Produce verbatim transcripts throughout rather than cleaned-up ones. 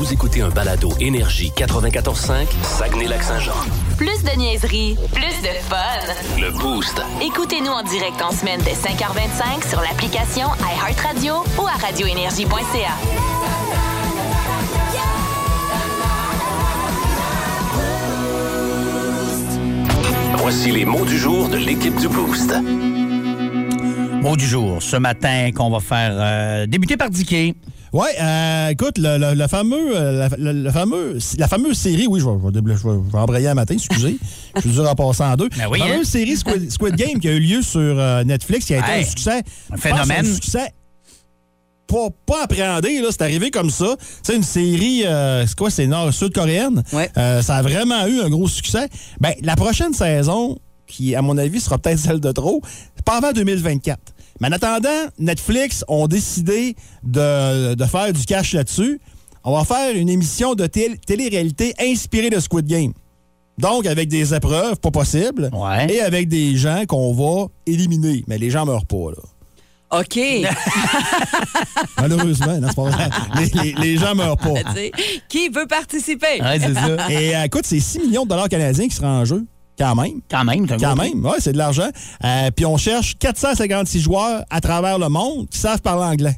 Vous écoutez un balado Énergie quatre-vingt-quatorze cinq, Saguenay-Lac-Saint-Jean. Plus de niaiserie, plus de fun. Le Boost. Écoutez-nous en direct en semaine dès cinq heures vingt-cinq sur l'application iHeartRadio ou à radio énergie point c a. Voici les mots du jour de l'équipe du Boost. Mot du jour, ce matin, qu'on va faire euh, débuter par Dicky. Oui, euh, écoute, le, le, le fameux, la, le, le fameux, la fameuse série, oui, je vais, je vais, je vais, je vais embrayer un matin, excusez, je suis dur à passer en deux. Ben oui, la fameuse hein? série Squid, Squid Game qui a eu lieu sur euh, Netflix, qui a été hey, un succès. Un phénomène. Un succès pas, pas appréhendé, là, c'est arrivé comme ça. C'est une série, euh, c'est quoi, c'est nord-sud-coréenne. Ouais. Euh, ça a vraiment eu un gros succès. Ben, la prochaine saison, qui, à mon avis, sera peut-être celle de trop, c'est pas avant deux mille vingt-quatre. Mais en attendant, Netflix ont décidé de, de faire du cash là-dessus. On va faire une émission de télé- télé-réalité inspirée de Squid Game. Donc, avec des épreuves pas possibles Ouais. et avec des gens qu'on va éliminer. Mais les gens meurent pas, là. OK. Malheureusement, non, c'est pas vrai. Les, les, les gens meurent pas. Qui veut participer? Ouais, c'est ça. Et euh, écoute, c'est six millions de dollars canadiens qui seront en jeu. Quand même. Quand même, t'as Quand gros même, oui, c'est de l'argent. Euh, Puis on cherche quatre cent cinquante-six joueurs à travers le monde qui savent parler anglais.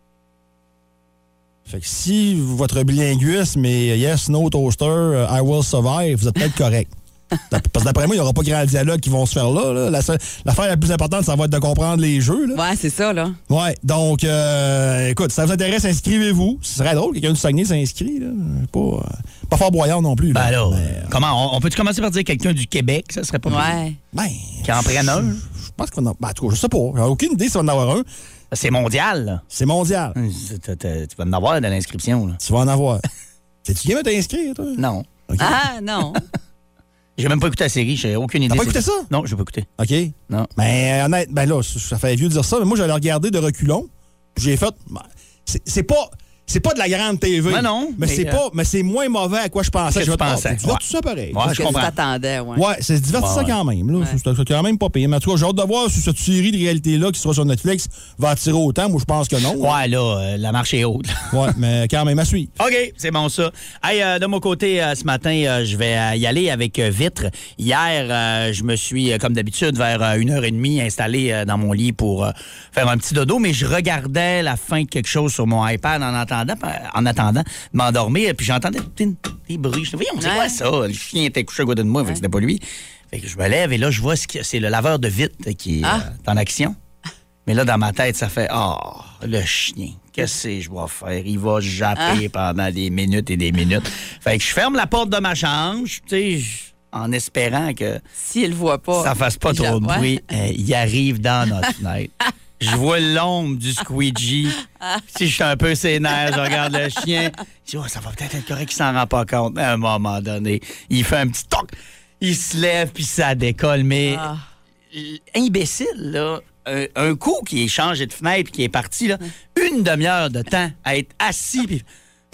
Fait que si votre bilinguisme est yes, no, toaster, uh, I will survive, vous êtes peut-être correct. Parce que d'après moi, il n'y aura pas grand dialogue qui vont se faire là. là. La seule, l'affaire la plus importante, ça va être de comprendre les jeux. Là. Ouais, c'est ça, là. Ouais, donc, euh, écoute, si ça vous intéresse, inscrivez-vous. Ce serait drôle que quelqu'un du Saguenay s'inscrit. Là. Pas, euh, pas fort boyard non plus. Là. Ben là, Mais, euh, comment, on, on peut-tu commencer par dire quelqu'un du Québec? Ça serait pas Ouais. ben, Qui en prenne un? Je pense qu'on a. Ben, en tout cas, je sais pas. J'ai aucune idée si on va en avoir un. C'est mondial, là. C'est mondial. C'est- t'as- t'as- Tu vas en avoir de l'inscription, là. Tu vas en avoir. T'es-tu game à t'inscrire, toi? Non. OK. Ah, non. J'ai même pas écouté la série, j'ai aucune idée. T'as pas c'est- écouté ça? Non, j'ai pas écouté. OK. Non. Mais euh, honnête, ben là, ça fait vieux de dire ça, mais moi, j'allais regarder de reculons. Puis j'ai fait. Ben, c'est, c'est pas. C'est pas de la grande T V. Ben non, Mais, mais, c'est euh, pas. Mais c'est moins mauvais à quoi je pensais. que Je tu vais- pensais. Ah, tu vois Ouais. tout ça pareil. Ouais, Parce je que tu comprends. t'attendais, ouais. Ouais, c'est divertissant Ouais, ouais. quand même. Là. Ouais. C'est, c'est quand même pas payé. Mais en tout cas, j'ai hâte de voir si cette série de réalité-là qui sera sur Netflix va attirer autant. Moi, je pense que non. Ouais, là, euh, la marche est haute. Ouais, mais quand même à suivre. OK, c'est bon ça. Hey, euh, de mon côté, euh, ce matin, euh, je vais euh, y aller avec euh, Vitre. Hier, euh, je me suis, euh, comme d'habitude, vers euh, une heure et demie, installé euh, dans mon lit pour euh, faire un petit dodo, mais je regardais la fin de quelque chose sur mon iPad en attendant, en attendant de m'endormir, puis j'entendais des, des bruits. Je me disais, voyons, c'est Ouais. quoi ça? Le chien était couché à côté de moi, fait que c'était pas lui. Fait que je me lève et là, je vois ce que c'est le laveur de vitre qui est Ah. euh, en action. Mais là, dans ma tête, ça fait « Ah, oh, le chien, qu'est-ce que je dois faire? Il va japper pendant des minutes et des minutes. » Fait que je ferme la porte de ma chambre, tu sais, je- en espérant que S'il le voit pas. ça fasse pas il trop de ja- bruit. Euh, il arrive dans notre fenêtre. Je vois l'ombre du squeegee. Si je suis un peu sénère, je regarde le chien. Je dis, oh, ça va peut-être être correct qu'il s'en rend pas compte. À un moment donné, il fait un petit toc. Il se lève, puis ça décolle. Mais Ah. imbécile, là. Un, un coup qui est changé de fenêtre, puis qui est parti, là, une demi-heure de temps à être assis, puis...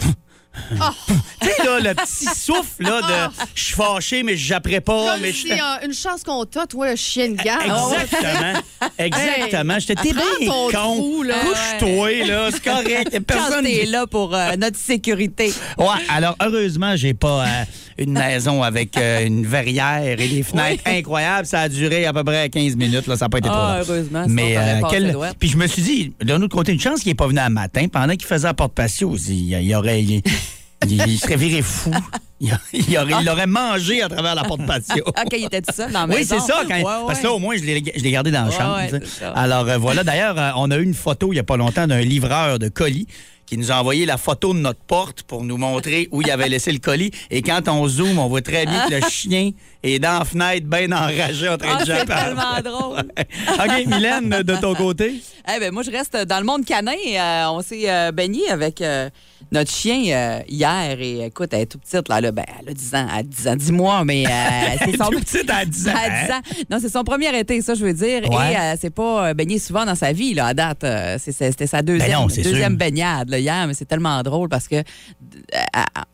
Tu sais, là, le petit souffle, là, de « je suis fâché, mais j'apprête pas, Comme mais si, je... » euh, une chance qu'on t'a, toi, le chien de garde. Exactement. Exactement. J'étais t'es Prends bien ton con. trou, là. Couche-toi, là. C'est correct. Y a Quand personne. t'es là pour euh, notre sécurité. Ouais, alors, heureusement, j'ai pas euh, une maison avec euh, une verrière et des fenêtres incroyables. Ça a duré à peu près quinze minutes. Là. Ça n'a pas été trop Ah, long. heureusement. Mais, sinon, t'aurais euh, passé quel- droite. Puis je me suis dit, d'un autre côté, une chance qu'il n'est pas venu un matin pendant qu'il faisait la porte patio. Il, il aurait. Il, il- il serait viré fou. Il, il aurait, il l'aurait mangé à travers la porte patio. Ah, quand il était tout seul dans la Oui, maison. c'est ça. Quand- Ouais, Parce que ouais. là, au moins, je l'ai, je l'ai gardé dans la Ouais, chambre. ouais, tu sais. c'est ça. Alors, euh, voilà. D'ailleurs, euh, on a eu une photo il n'y a pas longtemps d'un livreur de colis qui nous a envoyé la photo de notre porte pour nous montrer où il avait laissé le colis. Et quand on zoome, on voit très bien que le chien est dans la fenêtre, bien enragé, en train Ah, de c'est japper. tellement drôle. OK, Mylène, de ton côté? Eh ben, moi, je reste dans le monde canin. Euh, on s'est euh, baigné avec euh, notre chien euh, hier. Et écoute, elle est toute petite. Là, là, ben, elle a dix ans. Elle a dix ans, dix mois, mais euh, c'est son... Tout petite à dix ans. À dix ans. Non, c'est son premier été, ça, je veux dire. Ouais. Et euh, c'est pas euh, baigné souvent dans sa vie, là, à date. Euh, c'est- c'est- c'était sa deuxième, Ben non, c'est deuxième sûr. baignade, là, hier. Mais c'est tellement drôle parce que, euh, euh,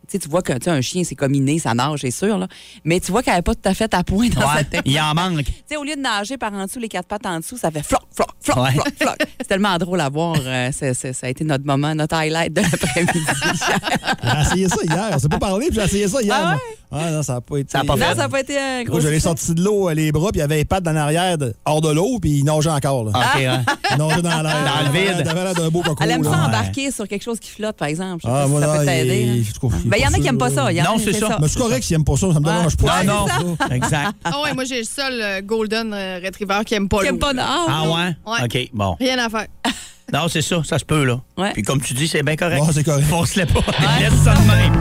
sais, tu vois que tu sais, un chien, c'est comme inné, ça nage, c'est sûr, là. Mais tu vois qu'elle n'est pas tout à fait à point dans Ouais, sa tête. il en manque. Tu sais, au lieu de nager par en dessous, les quatre pattes en dessous, ça fait floc, floc, floc, Ouais. floc, floc. C'est tellement drôle à voir. Euh, c'est, c'est, ça a été notre moment, notre highlight de l'après-midi. J'ai essayé ça hier. On s'est pas parlé, puis j'ai essayé ça hier. Ah ouais? moi. Ah non, ça n'a pas été. Ça a pas non, fait. ça n'a pas été un gros Gros, j'allais succès. sorti de l'eau, euh, les bras, puis il y avait les pattes en arrière, de- hors de l'eau, puis il nageait encore. Là. OK, hein. Il nageait dans l'air. Dans le vide. T'avais l'air d'un beau coco. Elle aime ça là. embarquer sur quelque chose qui flotte, par exemple. Je sais Ah, pas si moi, ça non, peut t'aider. il- hein. je trouve- Ben, il y en a qui n'aiment pas ça. Il y en a Non, qui- c'est ça. Mais c'est correct s'il aime pas ça, ça me dérange pas. Ouais, Non, c'est non. Exact. Ah ouais, moi, j'ai le seul euh, Golden euh, Retriever qui aime pas Qui l'eau. aime pas non. Ah ouais? Ouais. OK, bon. Rien à faire. Non, c'est ça, ça se peut, là. Ouais. Puis comme tu dis, c'est bien correct. Bon, c'est correct. On se l'est pas. Laisse ça de même.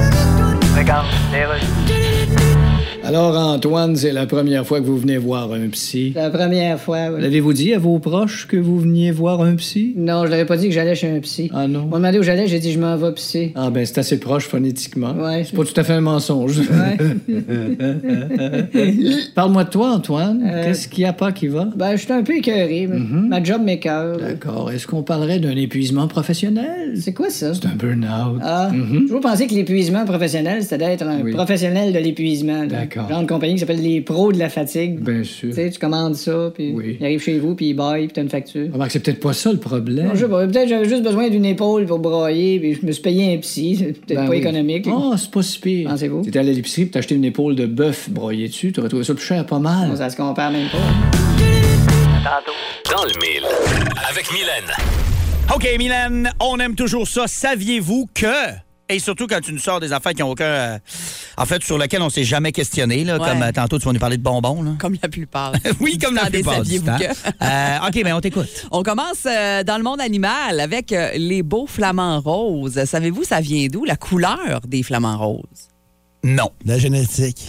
Alors, Antoine, c'est la première fois que vous venez voir un psy. La première fois, oui. L'avez-vous dit à vos proches que vous veniez voir un psy? Non, je l'avais pas dit que j'allais chez un psy. Ah non? On m'a demandé où j'allais, j'ai dit je m'en vais psy. Ah ben, c'est assez proche phonétiquement. Ouais. C'est pas tout à fait un mensonge. Ouais. Parle-moi de toi, Antoine. Euh, Qu'est-ce qu'il y a pas qui va? Ben, je suis un peu écœuré. mais Ma job m'écœure. D'accord. Est-ce qu'on parlerait d'un épuisement professionnel? C'est quoi ça? C'est un burn-out. Ah, Mhm. j'ai toujours pensé que l'épuisement professionnel, c'était d'être un Oui. professionnel de l'épuisement. là. D'accord. Genre de compagnie qui s'appelle les pros de la fatigue. Bien sûr. Tu sais, tu commandes ça, puis Oui. il arrive chez vous, puis il baille, puis t'as une facture. Remarque, c'est peut-être pas ça le problème. Non, je sais pas, peut-être j'avais juste besoin d'une épaule pour broyer, puis je me suis payé un psy. C'est peut-être Ben pas oui. économique. Oh, c'est pas si pire. Pensez-vous? T'étais allé à l'épicerie puis t'as acheté une épaule de bœuf broyée dessus. T'aurais trouvé ça plus cher, pas mal. Bon, ça se compare même pas. Dans le mille. Avec Mylène. OK, Mylène, on aime toujours ça. Saviez-vous que... Et surtout quand tu nous sors des affaires qui n'ont aucun... euh, en fait, sur lesquelles on s'est jamais questionné, là, Ouais. comme euh, tantôt, tu vas nous parler de bonbons. Là. Comme la plupart. Oui, comme la Attendez, plupart du saviez-vous temps. que? Euh, OK, bien, on t'écoute. On commence euh, dans le monde animal avec euh, les beaux flamants roses. Savez-vous, ça vient d'où, la couleur des flamants roses? Non. La génétique.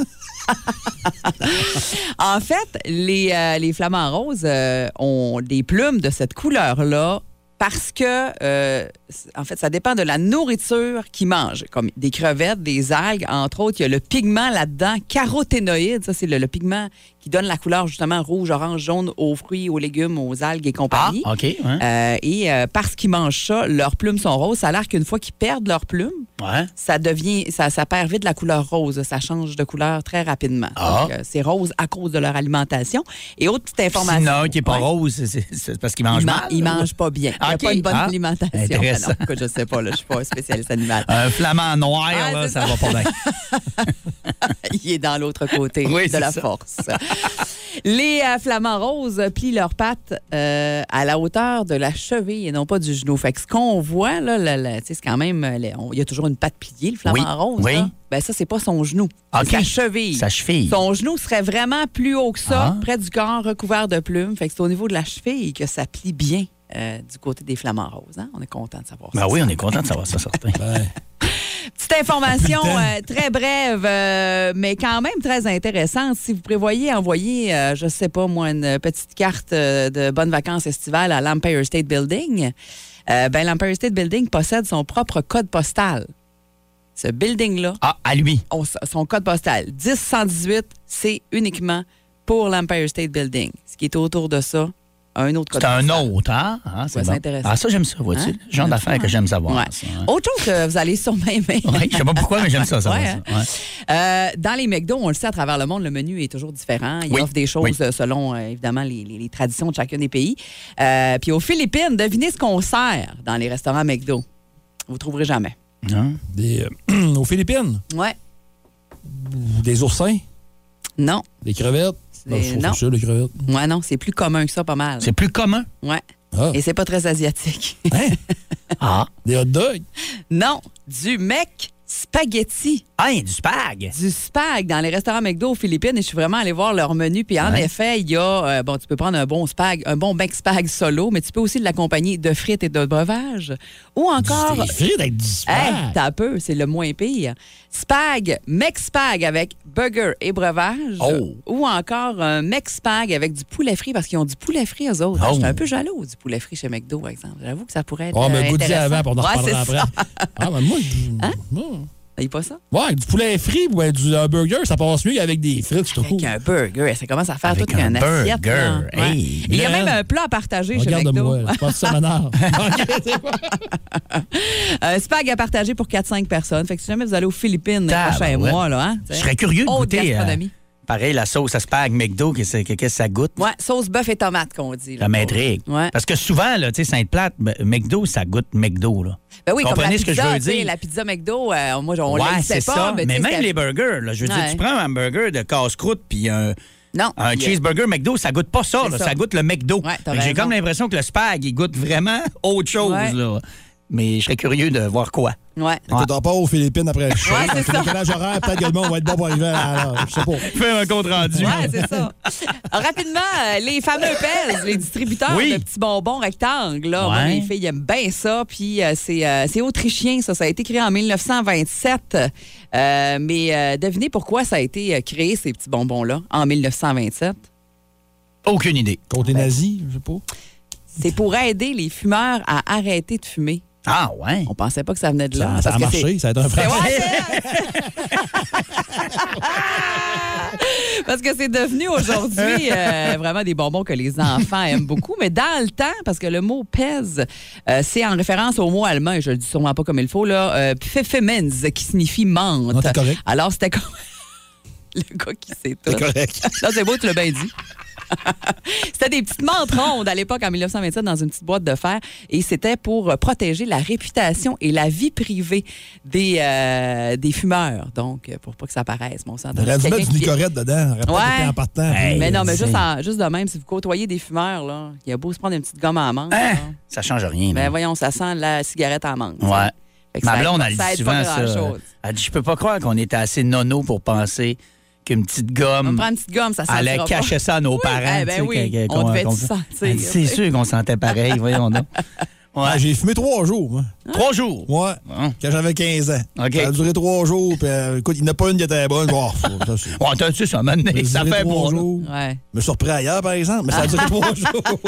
En fait, les, euh, les flamants roses euh, ont des plumes de cette couleur-là parce que, euh, c- en fait, ça dépend de la nourriture qu'ils mangent, comme des crevettes, des algues, entre autres. Il y a le pigment là-dedans, caroténoïde, ça, c'est le, le pigment qui donne la couleur, justement, rouge, orange, jaune aux fruits, aux légumes, aux algues et Ah, compagnie. OK. Hein? Euh, et euh, parce qu'ils mangent ça, leurs plumes sont roses. Ça a l'air qu'une fois qu'ils perdent leurs plumes, Ouais. ça devient, ça, ça perd vite la couleur rose. Ça change de couleur très rapidement. Ah. Donc, euh, c'est rose à cause de leur alimentation. Et autre petite information. Sinon, qui n'est pas Ouais. rose, c'est- c'est c'est parce qu'il mange Ils, man- mal. ils mangent pas bien. Il n'y a OK. pas une bonne Ah. alimentation. Intéressant. Ben non, écoute, je sais pas, là, je suis pas un spécialiste animal. Un flamand noir, Ah, là, c'est ça ça. va pas bien. Il est dans l'autre côté Oui, de c'est la ça. force. Les euh, flamants roses plient leurs pattes euh, à la hauteur de la cheville et non pas du genou. Fait que ce qu'on voit, là, la- la- tu sais, c'est quand même... euh, les- on- Il y a toujours une patte pliée, le flamant Oui, rose. oui. là. Ben ça, c'est pas son genou. C'est OK. sa cheville. Sa cheville. Son genou serait vraiment plus haut que ça, Ah. près du corps, recouvert de plumes. Fait que c'est au niveau de la cheville que ça plie bien euh, du côté des flamants roses. Hein? On est content de savoir Ben ça. oui, on est content de savoir ça, certain. Petite information euh, très brève, euh, mais quand même très intéressante. Si vous prévoyez envoyer, euh, je sais pas moi, une petite carte euh, de bonnes vacances estivales à l'Empire State Building, euh, ben, l'Empire State Building possède son propre code postal. Ce building-là, Ah, à lui. on- son code postal, dix cent dix-huit, c'est uniquement pour l'Empire State Building. Ce qui est autour de ça, un autre code C'est un postal. autre, hein? Ah, c'est Ouais, c'est bon. intéressant. Ah, ça, j'aime ça, vois-tu? Hein? Le genre d'affaires que j'aime savoir. Ouais. ça, hein. Autre chose que vous allez sûrement aimer. Ouais, je sais pas pourquoi, mais j'aime ça, ça. Ouais, ça. hein? Ouais. Euh, dans les McDo, on le sait à travers le monde, le menu est toujours différent. Ils Oui, offrent des choses oui. euh, selon, euh, évidemment, les, les- les traditions de chacun des pays. Euh, Puis aux Philippines, devinez ce qu'on sert dans les restaurants McDo. Vous ne trouverez jamais. Hein? Des, euh, aux Philippines, Ouais. des oursins, Non. des crevettes. C'est- Ben, je trouve non. ça, les crevettes. Ouais, non, c'est plus commun que ça, pas mal. C'est plus commun. Ouais. Ah. Et c'est pas très asiatique. Hein? Ah. Des hot dogs. Non, du mec spaghetti. Hein, du spag. Du spag dans les restaurants McDo aux Philippines et je suis vraiment allée voir leur menu. Puis en Ouais. effet, il y a, euh, bon, tu peux prendre un bon spag, un bon bec spag solo, mais tu peux aussi l'accompagner de frites et de breuvage. Ou encore. Des frites avec du Hey, spag. t'as peu, c'est le moins pire. Spag, mec spag avec burger et breuvage. Oh. Ou encore un mec spag avec du poulet frit parce qu'ils ont du poulet frit eux autres. Oh. Je suis un peu jaloux du poulet frit chez McDo, par exemple. J'avoue que ça pourrait être. Oh, mais euh, goûte-y intéressant. avant, puis on en Ouais, reparlera c'est après. ça. Ah, mais moi, je- Hein? moi, T'as pas ça? Ouais, du poulet frit ou du euh, burger, ça passe mieux qu'avec des frites, je trouve. Avec un burger, ça commence à faire Avec toute un une assiette. burger, là. Ouais. hey. Il y a Là, même un plat à partager chez McDo. Regarde-moi, je pense que ça m'énerve. Un spag à partager pour quatre cinq personnes. Fait que si jamais vous allez aux Philippines les Ah, prochains ben ouais. mois, là, hein, Je serais curieux de haute goûter. euh, gastronomie. pareil, la sauce à spag McDo, qu'est-ce que, qu'est-ce que ça goûte? Ouais, sauce bœuf et tomate, qu'on dit. là. Ça m'intrigue. Ouais. Parce que souvent, là, tu sais, Sainte-Plate, ben, McDo, ça goûte McDo, là. Ben oui, Comprenez comme la ce que je pizza, veux tu sais, dire? La pizza McDo, euh, moi, on ouais, ne c'est pas. ça. Mais, Mais tu sais, même c'était- les burgers, là, je veux dire, Ouais. tu prends un hamburger de casse-croûte puis un, Non. un puis, euh, cheeseburger McDo, ça goûte pas ça, C'est là, ça. ça goûte le McDo. Ouais, t'as Fait que j'ai raison. comme l'impression que le spag, il goûte vraiment autre chose, Ouais. là. Mais je serais curieux de voir quoi. Ouais. Écoute, on part aux Philippines après le show. Ouais, c'est Avec le ça. décalage horaire, peut-être que le monde va être bon pour arriver à l'heure. Je sais pas. Faire un compte rendu. Ouais, c'est ça. Rapidement, euh, les fameux Pez, les distributeurs Oui. de petits bonbons rectangles. Là, Ouais. Moi, les filles aiment bien ça. Puis euh, c'est, euh, c'est autrichien, ça. Ça a été créé en dix-neuf cent vingt-sept. Euh, mais euh, devinez pourquoi ça a été euh, créé, ces petits bonbons-là, en dix-neuf cent vingt-sept? Aucune idée. Côté nazi, je sais pas. C'est pour aider les fumeurs à arrêter de fumer. Ah, ouais. On pensait pas que ça venait de là. Ça, ça a parce que marché, c'est- ça a été un c'est- vrai. ouais, c'est- Parce que c'est devenu aujourd'hui euh, vraiment des bonbons que les enfants aiment beaucoup. Mais dans le temps, parce que le mot pèse, euh, c'est en référence au mot allemand, et je le dis sûrement pas comme il faut, là, euh, Pfefferminz, qui signifie menthe. Non, t'es correct. Alors, c'était comme. Le gars qui sait tout. C'est correct. Là, c'est beau, tu l'as bien dit. C'était des petites menthes rondes à l'époque, en dix-neuf cent vingt-sept, dans une petite boîte de fer. Et c'était pour euh, protéger la réputation et la vie privée des, euh, des fumeurs. Donc, euh, pour pas que ça apparaisse, mon sang. On aurait dû mettre du nicorette dedans. On aurait Ouais. pas été en partant. Hey. Mais non, mais c'est- juste, en- juste de même, si vous côtoyez des fumeurs, là, il y a beau se prendre une petite gomme en menthe. Hein? là. Ça change rien. Ben là. voyons, ça sent la cigarette en menthe. Ouais. Fait que Ma ça blonde, aide- elle ça dit aide souvent pas ça. grand-chose. Elle dit, je peux pas croire qu'on était assez nono pour penser qu'une petite On gomme prend une petite gomme, ça sent allait cacher ça à nos parents. eh ben tu sais, oui, que- on qu'on- devait qu'on- tout sentir, Elle dit, C'est tu sais. sûr qu'on sentait pareil, voyons donc. Ouais. Ah, j'ai fumé trois jours, moi. Trois jours. Ouais. Hein? Quand j'avais quinze ans. OK. Ça a duré trois jours. Puis, euh, écoute, il n'y en a pas une qui était bonne. Bon, ça, c'est- Ouais, t'as tu ça, maintenant, Ça a ça duré fait trois bon. là. jours. Ouais. Je me suis repris ailleurs, par exemple, mais ça a duré trois jours.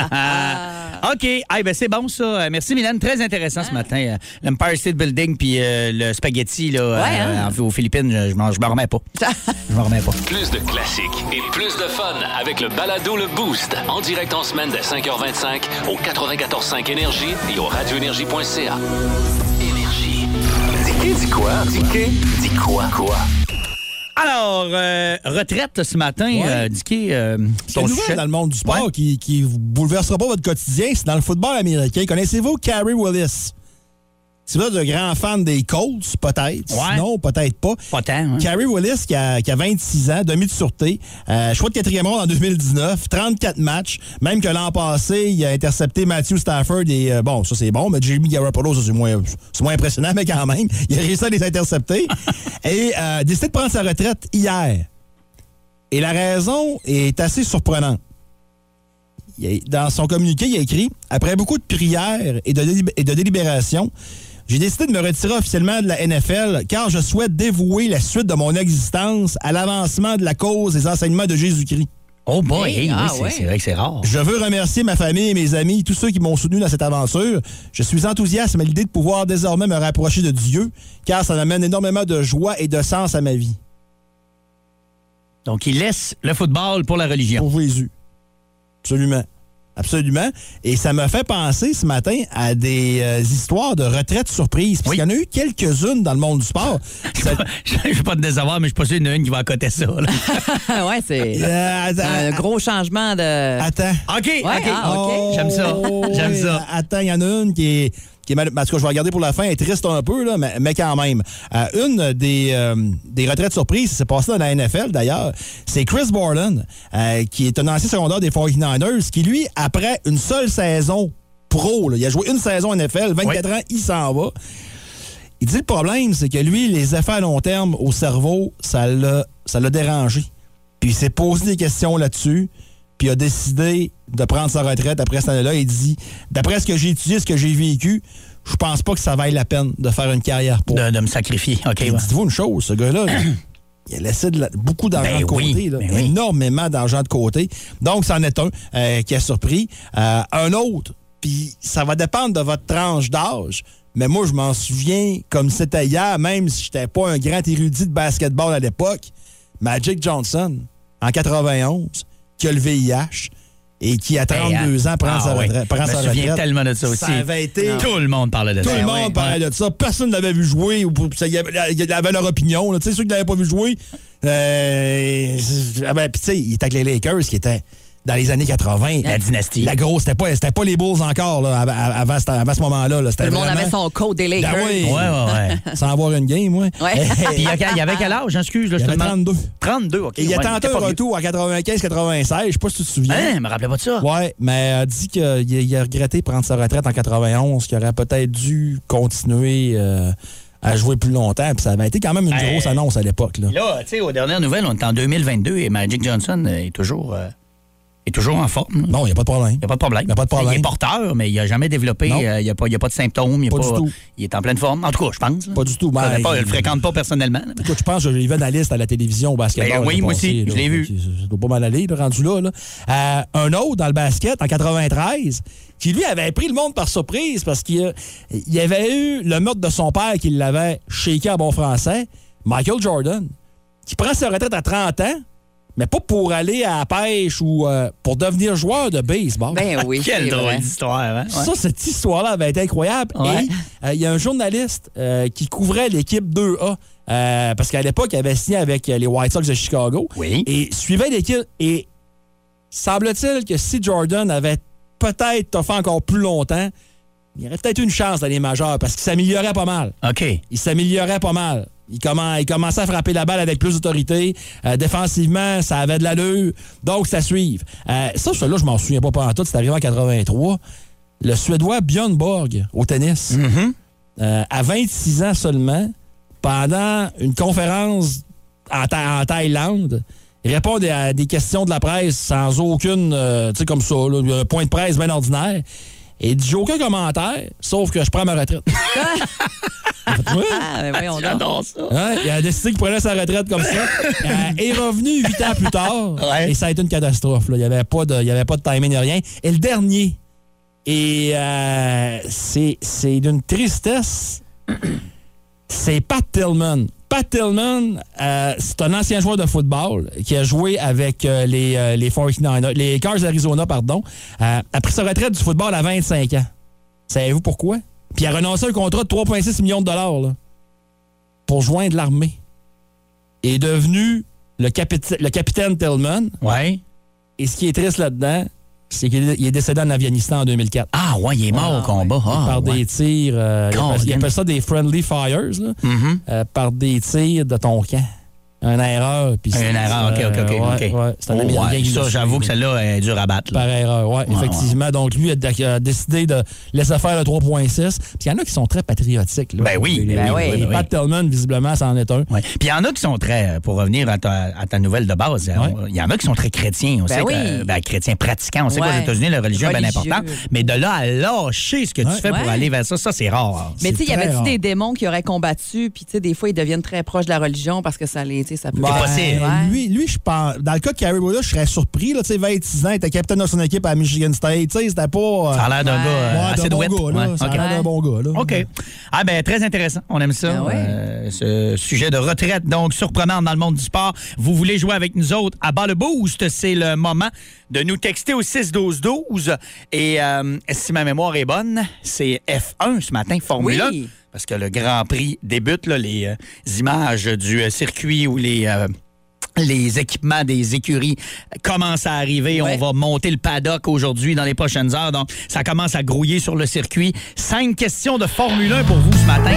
OK. Hey, ben, c'est bon, ça. Euh, Merci, Mylène. Très intéressant ce matin. Euh, L'Empire State Building puis euh, le spaghetti là, Ouais, euh, hein? en- aux Philippines, je, je m'en je m'en remets pas. Je m'en remets pas. Plus de classiques et plus de fun avec le balado Le Boost. En direct en semaine dès cinq heures vingt-cinq au quatre-vingt-quatorze cinq Énergie et au radio énergie point c a. Énergie. Dis dis quoi? Dis dis quoi? Quoi? Alors, euh, retraite ce matin, Ouais. euh, Dicky, euh, C'est ton une nouvelle sujet. dans le monde du sport Ouais. qui ne vous bouleversera pas votre quotidien. C'est dans le football américain. Connaissez-vous Carey Willis? Si vous êtes de grands fans des Colts, peut-être. Ouais. Sinon, peut-être pas. Pas tant, hein? Carey Willis, qui a, qui a vingt-six ans, demi de sûreté, euh, choix de quatrième ronde en deux mille dix-neuf, trente-quatre matchs. Même que l'an passé, il a intercepté Matthew Stafford et, euh, bon, ça c'est bon, mais Jimmy Garoppolo, ça c'est moins, c'est moins impressionnant, mais quand même, il a réussi à les intercepter. et euh, décidé de prendre sa retraite hier. Et la raison est assez surprenante. Il a- dans son communiqué, il a écrit « Après beaucoup de prières et de, délib- et de délibérations, j'ai décidé de me retirer officiellement de la N F L car je souhaite dévouer la suite de mon existence à l'avancement de la cause des enseignements de Jésus-Christ. Oh boy, Hey, hey, oui, ah, c'est ouais. c'est vrai que c'est rare. Je veux remercier ma famille et mes amis, tous ceux qui m'ont soutenu dans cette aventure. Je suis enthousiaste à l'idée de pouvoir désormais me rapprocher de Dieu car ça m'amène énormément de joie et de sens à ma vie. Donc, il laisse le football pour la religion. Pour Jésus. Absolument. Absolument. Et ça me fait penser ce matin à des euh, histoires de retraite surprise. Parce Oui. qu'il y en a eu quelques-unes dans le monde du sport. Ça- Je ne vais pas te désavoir, mais je suis pas sûr qu'il y en a une qui va accoter ça. là. ouais, c'est Euh, un attends. gros changement de. Attends. OK, Ouais, OK. ah, OK. J'aime ça. J'aime oui, ça. Attends, il y en a une qui est. Qui est mal... En tout cas, je vais regarder pour la fin. Elle est triste un peu, là, mais, mais quand même. Euh, une des, euh, des retraites surprises, ça s'est passé dans la N F L d'ailleurs, c'est Chris Borland, euh, qui est un ancien secondaire des forty-niners, qui lui, après une seule saison pro, là, il a joué une saison en N F L, vingt-quatre ans, il s'en va. Il dit le problème, c'est que lui, les effets à long terme au cerveau, ça l'a, ça l'a dérangé. Puis il s'est posé des questions là-dessus, puis il a décidé de prendre sa retraite après cette année-là. Il dit, d'après ce que j'ai étudié, ce que j'ai vécu, je pense pas que ça vaille la peine de faire une carrière pour. De, de me sacrifier. OK, Puis ouais. dites-vous une chose, ce gars-là, il a laissé de la- beaucoup d'argent Ben de côté. oui, là. ben oui. Énormément d'argent de côté. Donc, c'en est un euh, qui a surpris. Euh, un autre, puis ça va dépendre de votre tranche d'âge, mais moi, je m'en souviens comme c'était hier, même si j'étais pas un grand érudit de basketball à l'époque. Magic Johnson, en quatre-vingt-onze, qui a le V I H et qui, à trente-deux ans, prend ah, sa oui. retraite. Prend Je sa me souviens retraite. tellement de ça aussi. Ça avait été... Tout le monde parlait de Tout ça. le monde oui. parlait de ça. Personne ne l'avait vu jouer. Ou, il avait leur opinion. Tu sais, ceux qui ne l'avaient pas vu jouer, euh, ben, puis tu sais, il était avec les Lakers qui étaient dans les années quatre-vingt. La dynastie. La grosse, c'était pas, c'était pas les Bulls encore là, avant, avant, avant ce moment-là. Là. Tout le monde vraiment... avait son code des Lakers. Ben oui. Ouais, ouais, ouais. Sans avoir une game, ouais. Ouais. Puis il y a- il y avait quel âge, excuse? Là, Il y je te avait demande. trente-deux. trente-deux, OK. Et il a ouais, tenté était un pas vieux. retour en quatre-vingt-quinze quatre-vingt-seize. Je sais pas si tu te souviens. Hein, je me rappelais pas de ça. Ouais, mais a dit qu'il a, il a regretté prendre sa retraite en quatre-vingt-onze, qu'il aurait peut-être dû continuer euh, à jouer plus longtemps. Puis ça avait été quand même une Hey. grosse annonce à l'époque. Là. Là, tu sais, aux dernières nouvelles, on est en deux mille vingt-deux et Magic Johnson euh, est toujours, euh, est toujours en forme. là. Non, il n'y a pas de problème. Il n'y a pas de problème. Il y a pas de problème. Il est porteur, mais il n'a jamais développé. Non. euh, il n'y a, pas- il y a pas de symptômes. Il, Pas a du pas- tout. il est en pleine forme. En tout cas, je pense. là. Pas du tout. Je Ben, ne il- le fréquente pas personnellement. là. Écoute, je pense que j'ai vu dans la liste à la télévision au basketball. Ben oui, l'année moi passée, aussi, là. je l'ai vu. Ça doit pas mal aller, là, rendu là. là. Euh, un autre dans le basket, en quatre-vingt-treize, qui lui avait pris le monde par surprise parce qu'il a- il avait eu le meurtre de son père qui l'avait shaké en bon français, Michael Jordan, qui prend sa retraite à trente ans, mais pas pour aller à la pêche ou euh, pour devenir joueur de baseball. Ben oui. Quelle c'est drôle vrai. d'histoire, hein? Ouais. Ça, cette histoire-là avait été incroyable. Ouais. Et euh, il y a un journaliste euh, qui couvrait l'équipe deux A, euh, parce qu'à l'époque, il avait signé avec euh, les White Sox de Chicago. Oui. Et suivait l'équipe. Et semble-t-il que si Jordan avait peut-être toffé encore plus longtemps, il y aurait peut-être une chance dans les majeurs, parce qu'il s'améliorait pas mal. OK. Il s'améliorait pas mal. Il, commen- il commençait à frapper la balle avec plus d'autorité. Euh, défensivement, ça avait de l'allure. Donc, ça suive. Euh, ça, celui-là, je m'en souviens pas pendant tout. C'est arrivé en quatre-vingt-trois. Le Suédois Björn Borg, au tennis, Mm-hmm. euh, à vingt-six ans seulement, pendant une conférence en, Tha- en Thaïlande, il répond des- à des questions de la presse sans aucune, euh, tu sais, comme ça, là, un point de presse bien ordinaire. Et il dit, j'ai aucun commentaire, sauf que je prends ma retraite. Ouais. Ah, ben voyons donc. J'adore ça. Hein? Il a décidé qu'il prenait sa retraite comme ça. Euh, est revenu huit ans plus tard. Ouais. Et ça a été une catastrophe. là. Il n'y avait, pas de- il y avait pas de timing ni rien. Et le dernier, et euh, c'est c'est d'une tristesse, c'est Pat Tillman. Pat Tillman, euh, c'est un ancien joueur de football qui a joué avec euh, les, euh, les quarante-neuf ers, les Cars d'Arizona, pardon. Euh, a pris sa retraite du football à vingt-cinq ans. Savez-vous pourquoi? Puis il a renoncé à un contrat de trois virgule six millions de dollars là, pour joindre l'armée. Il est devenu le, capita- le capitaine Tillman. Ouais. Et ce qui est triste là-dedans, c'est qu'il est, il est décédé en Afghanistan en deux mille quatre. Ah, ouais, il est mort au combat. Ah, par ouais. des tirs. Euh, il, appelle, il appelle ça des friendly fires, là, Mhm. euh, par des tirs de ton camp. Une erreur. Puis Une c'est- erreur, OK, OK, OK. ouais, OK. ouais, c'est un Oh, Américain ouais, qui ça, l'a j'avoue tué, que celle-là est dure à battre. là. par erreur, oui, Ouais, effectivement. Donc, lui a, a décidé de laisser faire le trois virgule six. Puis il y en a qui sont très patriotiques. Là. Ben oui, Les- ben les- oui, les ben oui. Pat Tillman, visiblement, c'en est un. Ouais. Puis il y en a qui sont très, pour revenir à ta, à ta nouvelle de base, il y en a qui sont très chrétiens. On Ben sait oui. que, ben, chrétiens pratiquants. On sait Ouais. qu'aux États-Unis, la religion est bien Religieux. importante. Mais de là à lâcher ce que tu Ouais. fais pour Ouais. aller vers ça, ça, c'est rare. Mais tu sais, il y C'est très avait-tu rare. des démons qui auraient combattu, puis tu sais, des fois, ils deviennent très proches de la religion parce que ça les, tu sais, ça peut... Ben, possible. Ouais. Lui, lui je pense. Dans le cas de Carrie Bola, je serais surpris. Là, tu sais, vingt-six ans, il était capitaine de son équipe à Michigan State. Tu sais, c'était pas. euh, Ça a l'air d'un Ouais. gars euh, ouais, assez d'un bon douette. gars, là. Ouais, Ça a OK. l'air d'un bon gars, là. OK. Ah ben très intéressant. On aime ça. Ah ouais. Euh, ce sujet de retraite, donc surprenant dans le monde du sport. Vous voulez jouer avec nous autres à bas le boost, c'est le moment de nous texter au six douze douze. Et euh, si ma mémoire est bonne, c'est F un ce matin, Formule Oui. un. Parce que le Grand Prix débute, là, les euh, images du euh, circuit où les... euh, les équipements des écuries commencent à arriver. Ouais. On va monter le paddock aujourd'hui dans les prochaines heures. Donc, ça commence à grouiller sur le circuit. Cinq questions de Formule un pour vous ce matin.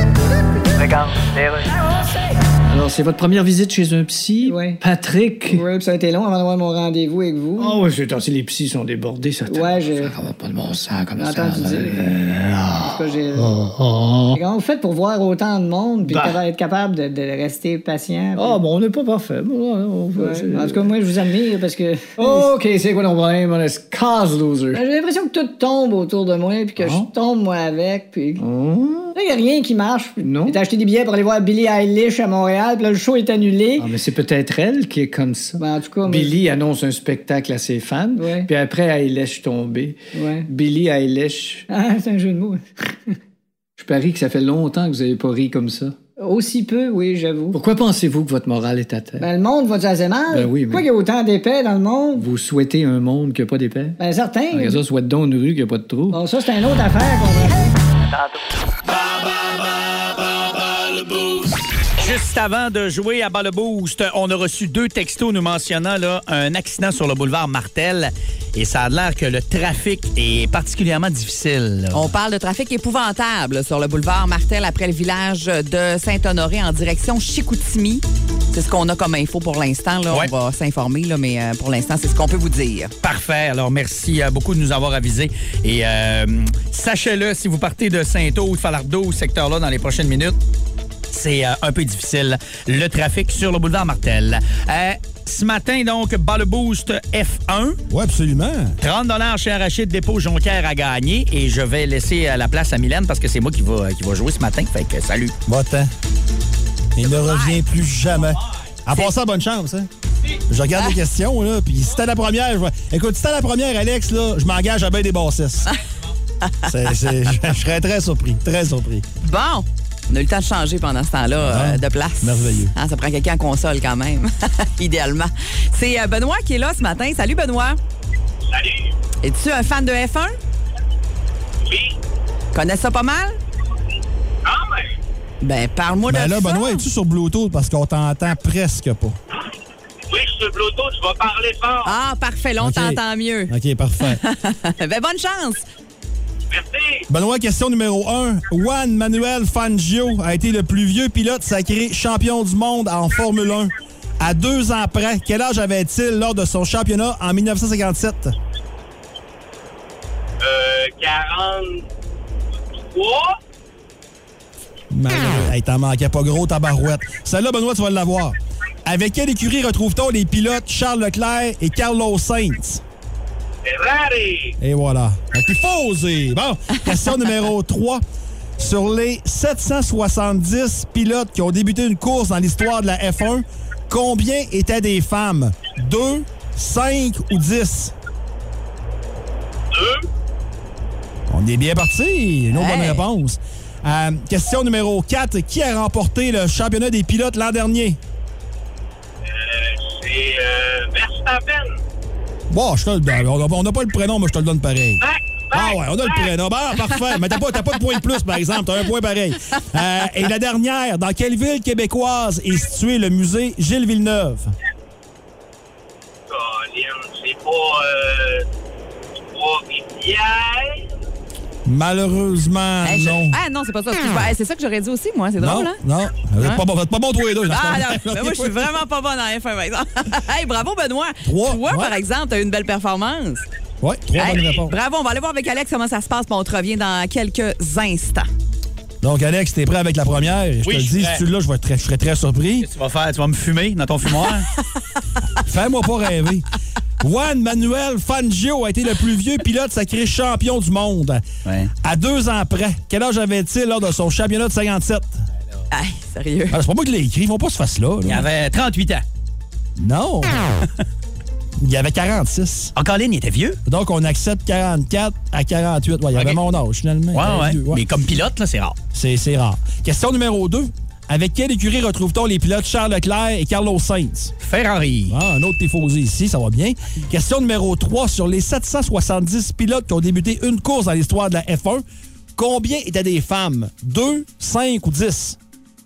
Alors, c'est votre première visite chez un psy? Ouais. Patrick? Ouais, puis ça a été long avant d'avoir mon rendez-vous avec vous. Ah ouais, c'est si les psys sont débordés, ça. Ouais, je- Ça va pas de bon sens comme J'ai ça. entendu là. dire. Euh, En tout cas, j'ai- oh, oh. Comment vous faites pour voir autant de monde puis Bah. capa- être capable de, de rester patient? Ah, bon, on n'est pas parfait. Bon, on va- Ouais. c'est- En tout cas, moi, je vous admire parce que OK, c'est quoi ton problème? On est cause loser. j'ai l'impression que tout tombe autour de moi puis que Ah. je tombe moi avec. Puis Oh. là, il n'y a rien qui marche. Non. J'ai acheté des billets pour aller voir Billie Eilish à Montréal, puis là, le show est annulé. Ah, mais c'est peut-être elle qui est comme ça. Ben, en tout cas, moi- Billy annonce un spectacle à ses fans, Ouais. puis après, Eilish tombé. Ouais. Billy Eilish. Ah, c'est un jeu de mots. Je Je parie que ça fait longtemps que vous n'avez pas ri comme ça. Aussi peu, oui, j'avoue. Pourquoi pensez-vous que votre morale est à terre? Ben, le monde va-tu assez mal? Ben oui, mais- Pourquoi il y a autant d'épais dans le monde? Vous souhaitez un monde qui n'a pas d'épais? Ben, certain. Regarde ça, souhaite donc une rue qui n'a pas de trou. Bon, ça, c'est une autre affaire qu'on va... Juste avant de jouer à Bas le Boost, on a reçu deux textos nous mentionnant là, un accident sur le boulevard Martel. Et ça a l'air que le trafic est particulièrement difficile. Là. On parle de trafic épouvantable sur le boulevard Martel après le village de Saint-Honoré en direction Chicoutimi. C'est ce qu'on a comme info pour l'instant. Là. Ouais. On va s'informer, là, mais euh, pour l'instant, c'est ce qu'on peut vous dire. Parfait. Alors, merci euh, beaucoup de nous avoir avisés. Et euh, sachez-le, si vous partez de Saint-Eau ou de Falardeau, ce secteur-là, dans les prochaines minutes, c'est euh, un peu difficile, le trafic sur le boulevard Martel. Euh, ce matin, donc, Bas le Boost F un. Oui, absolument. trente chez Arachide Dépôt Jonquière à gagner. Et je vais laisser euh, la place à Mylène parce que c'est moi qui va, qui va jouer ce matin. Fait que salut. Va-t'en. Il ne revient plus jamais. En passant, bonne chance, hein? Je regarde les questions, là, puis si t'as la première, je vais... Écoute, si t'as la première, Alex, là, je m'engage à bien des bassesses. C'est- c'est- Je je serais très surpris, très surpris. Bon, on a eu le temps de changer pendant ce temps-là euh, Ah, de place. merveilleux. Ah, ça prend quelqu'un en console quand même, idéalement. C'est euh, Benoît qui est là ce matin. Salut, Benoît. Salut. Es-tu un fan de F un? Oui. Connais ça pas mal? Quand même. Ben, parle-moi Ben de là, ça. Benoît, es-tu sur Bluetooth parce qu'on t'entend presque pas? Oui, je suis sur Bluetooth, je vais parler fort. Ah, parfait, là, on OK. t'entend mieux. OK, parfait. Ben, bonne chance. Merci. Benoît, question numéro un. Juan Manuel Fangio a été le plus vieux pilote sacré champion du monde en Formule un. À deux ans près, quel âge avait-il lors de son championnat en dix-neuf cent cinquante-sept? Euh, quarante-trois. Malheureux. Hey, t'en manquais pas gros, tabarouette. Celle-là, Benoît, tu vas l'avoir. Avec quelle écurie retrouve-t-on les pilotes Charles Leclerc et Carlos Sainz? Ferrari. Et voilà. Un petit fausé. Bon, question numéro trois. Sur les sept cent soixante-dix pilotes qui ont débuté une course dans l'histoire de la F un, combien étaient des femmes? Deux, cinq ou dix? Deux. On est bien parti. Une autre Hey. bonne réponse. Euh, question numéro quatre. Qui a remporté le championnat des pilotes l'an dernier? Euh, c'est euh, Verstappen. Bon, je te le donne. On n'a pas le prénom, mais je te le donne pareil. Back, back, Ah ouais, on a le back. prénom. Ah, parfait. Mais t'as pas, t'as pas de point de plus, par exemple. T'as un point pareil. Euh, et la dernière, dans quelle ville québécoise est situé le musée Gilles Villeneuve? Colin, c'est pas euh, Trois-Rivières. Malheureusement, Hey, je- non. Ah non, c'est pas ça. excuse-moi. Hey, c'est ça que j'aurais dit aussi, moi. C'est Non, drôle, hein? non. Vous êtes Hein? pas bon, vous êtes pas bon tous les deux. Ah non, Non, mais moi, je suis vraiment pas bonne en F un, par exemple. Hey, bravo, Benoît. Trois, Toi, ouais. par exemple, t'as eu une belle performance. Oui, trois Hey, bonnes réponses. bravo, on va aller voir avec Alex comment ça se passe, puis on te revient dans quelques instants. Donc, Alex, t'es prêt avec la première? Je Oui, te le je suis dis, prêt. si tu l'as, je vais être très- je serais très surpris. Qu'est-ce que tu vas faire? Tu vas me fumer dans ton fumoir? Fais-moi pas rêver. Juan Manuel Fangio a été le plus vieux pilote sacré champion du monde. Ouais. À deux ans près, quel âge avait-il lors de son championnat de cinquante-sept? Hey, sérieux. Ah, c'est pas moi qui l'ai écrit, ils font pas ce face-là. Il là. avait trente-huit ans. Non. Il y avait quarante-six. Encore ligne, il était vieux. Donc, on accepte quarante-quatre à quarante-huit. Ouais, il y avait Ok. mon âge, finalement. Il Ouais, était ouais. vieux, ouais. Mais comme pilote, là, c'est rare. C'est, c'est rare. Question numéro deux. Avec quelle écurie retrouve-t-on les pilotes Charles Leclerc et Carlos Sainz? Ferrari. Ah, un autre tifosi ici, ça va bien. Question numéro trois. Sur les sept cent soixante-dix pilotes qui ont débuté une course dans l'histoire de la F un, combien étaient des femmes? deux, cinq ou dix?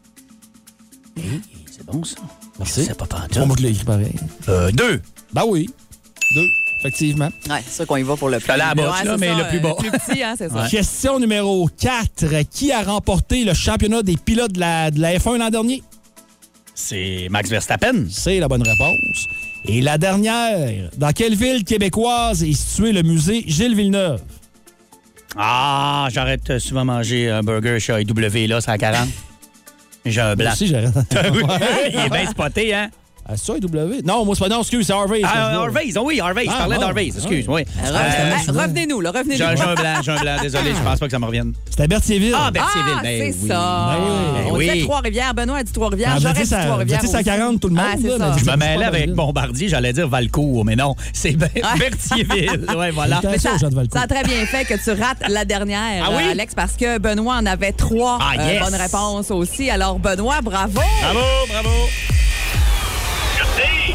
C'est bon, ça. Merci. C'est pas C'est pas pantoute. moi qui l'ai écrit pareil. Euh, deux. Ben oui. Deux, effectivement. Ouais, c'est sûr qu'on y va pour le plus allé à la bosse, Ouais, là, c'est mais ça, le plus bas. euh, Le plus petit, hein, c'est ça. Question numéro quatre. Qui a remporté le championnat des pilotes de la, de la F un l'an dernier? C'est Max Verstappen. C'est la bonne réponse. Et la dernière. Dans quelle ville québécoise est situé le musée Gilles Villeneuve? Ah, j'arrête souvent manger un burger chez A E W, là, c'est à quarante. J'ai un blanc. Moi aussi, j'arrête. Oui, il est bien spoté, hein? Ah, c'est ça, W? Non, moi, c'est pas... Non, excuse, c'est Harvey. Ah, Harvey's, oh oui, Harvey's. Je Ah, parlais bon. d'Harvey's, excuse, oui. Euh, Euh, revenez-nous, là, revenez-nous. J'ai un j'ai un blanc, j'ai un blanc, désolé, je pense pas que ça me revienne. C'était à Berthierville. Ah, Berthierville, Ah, ben c'est oui. ça. Ben oui. On Oui. disait Trois-Rivières. Benoît a dit Trois-Rivières. Ah, J'aurais Baptiste dit à- Trois-Rivières. Baptiste à aussi. quarante, tout le monde, Ah, c'est là, ça. mais- Je me C'est mêlais pas avec Berthierville. Bombardier, j'allais dire Valcourt, mais non, c'est Ber- Berthierville. Ouais, voilà. Mais Ça, aux gens de Valcourt. ça a très bien fait que tu rates la dernière, Ah oui? euh, Alex, parce que Benoît en avait trois Ah, euh, yes. bonnes réponses aussi. Alors, Benoît, bravo! Bravo, bravo. Merci.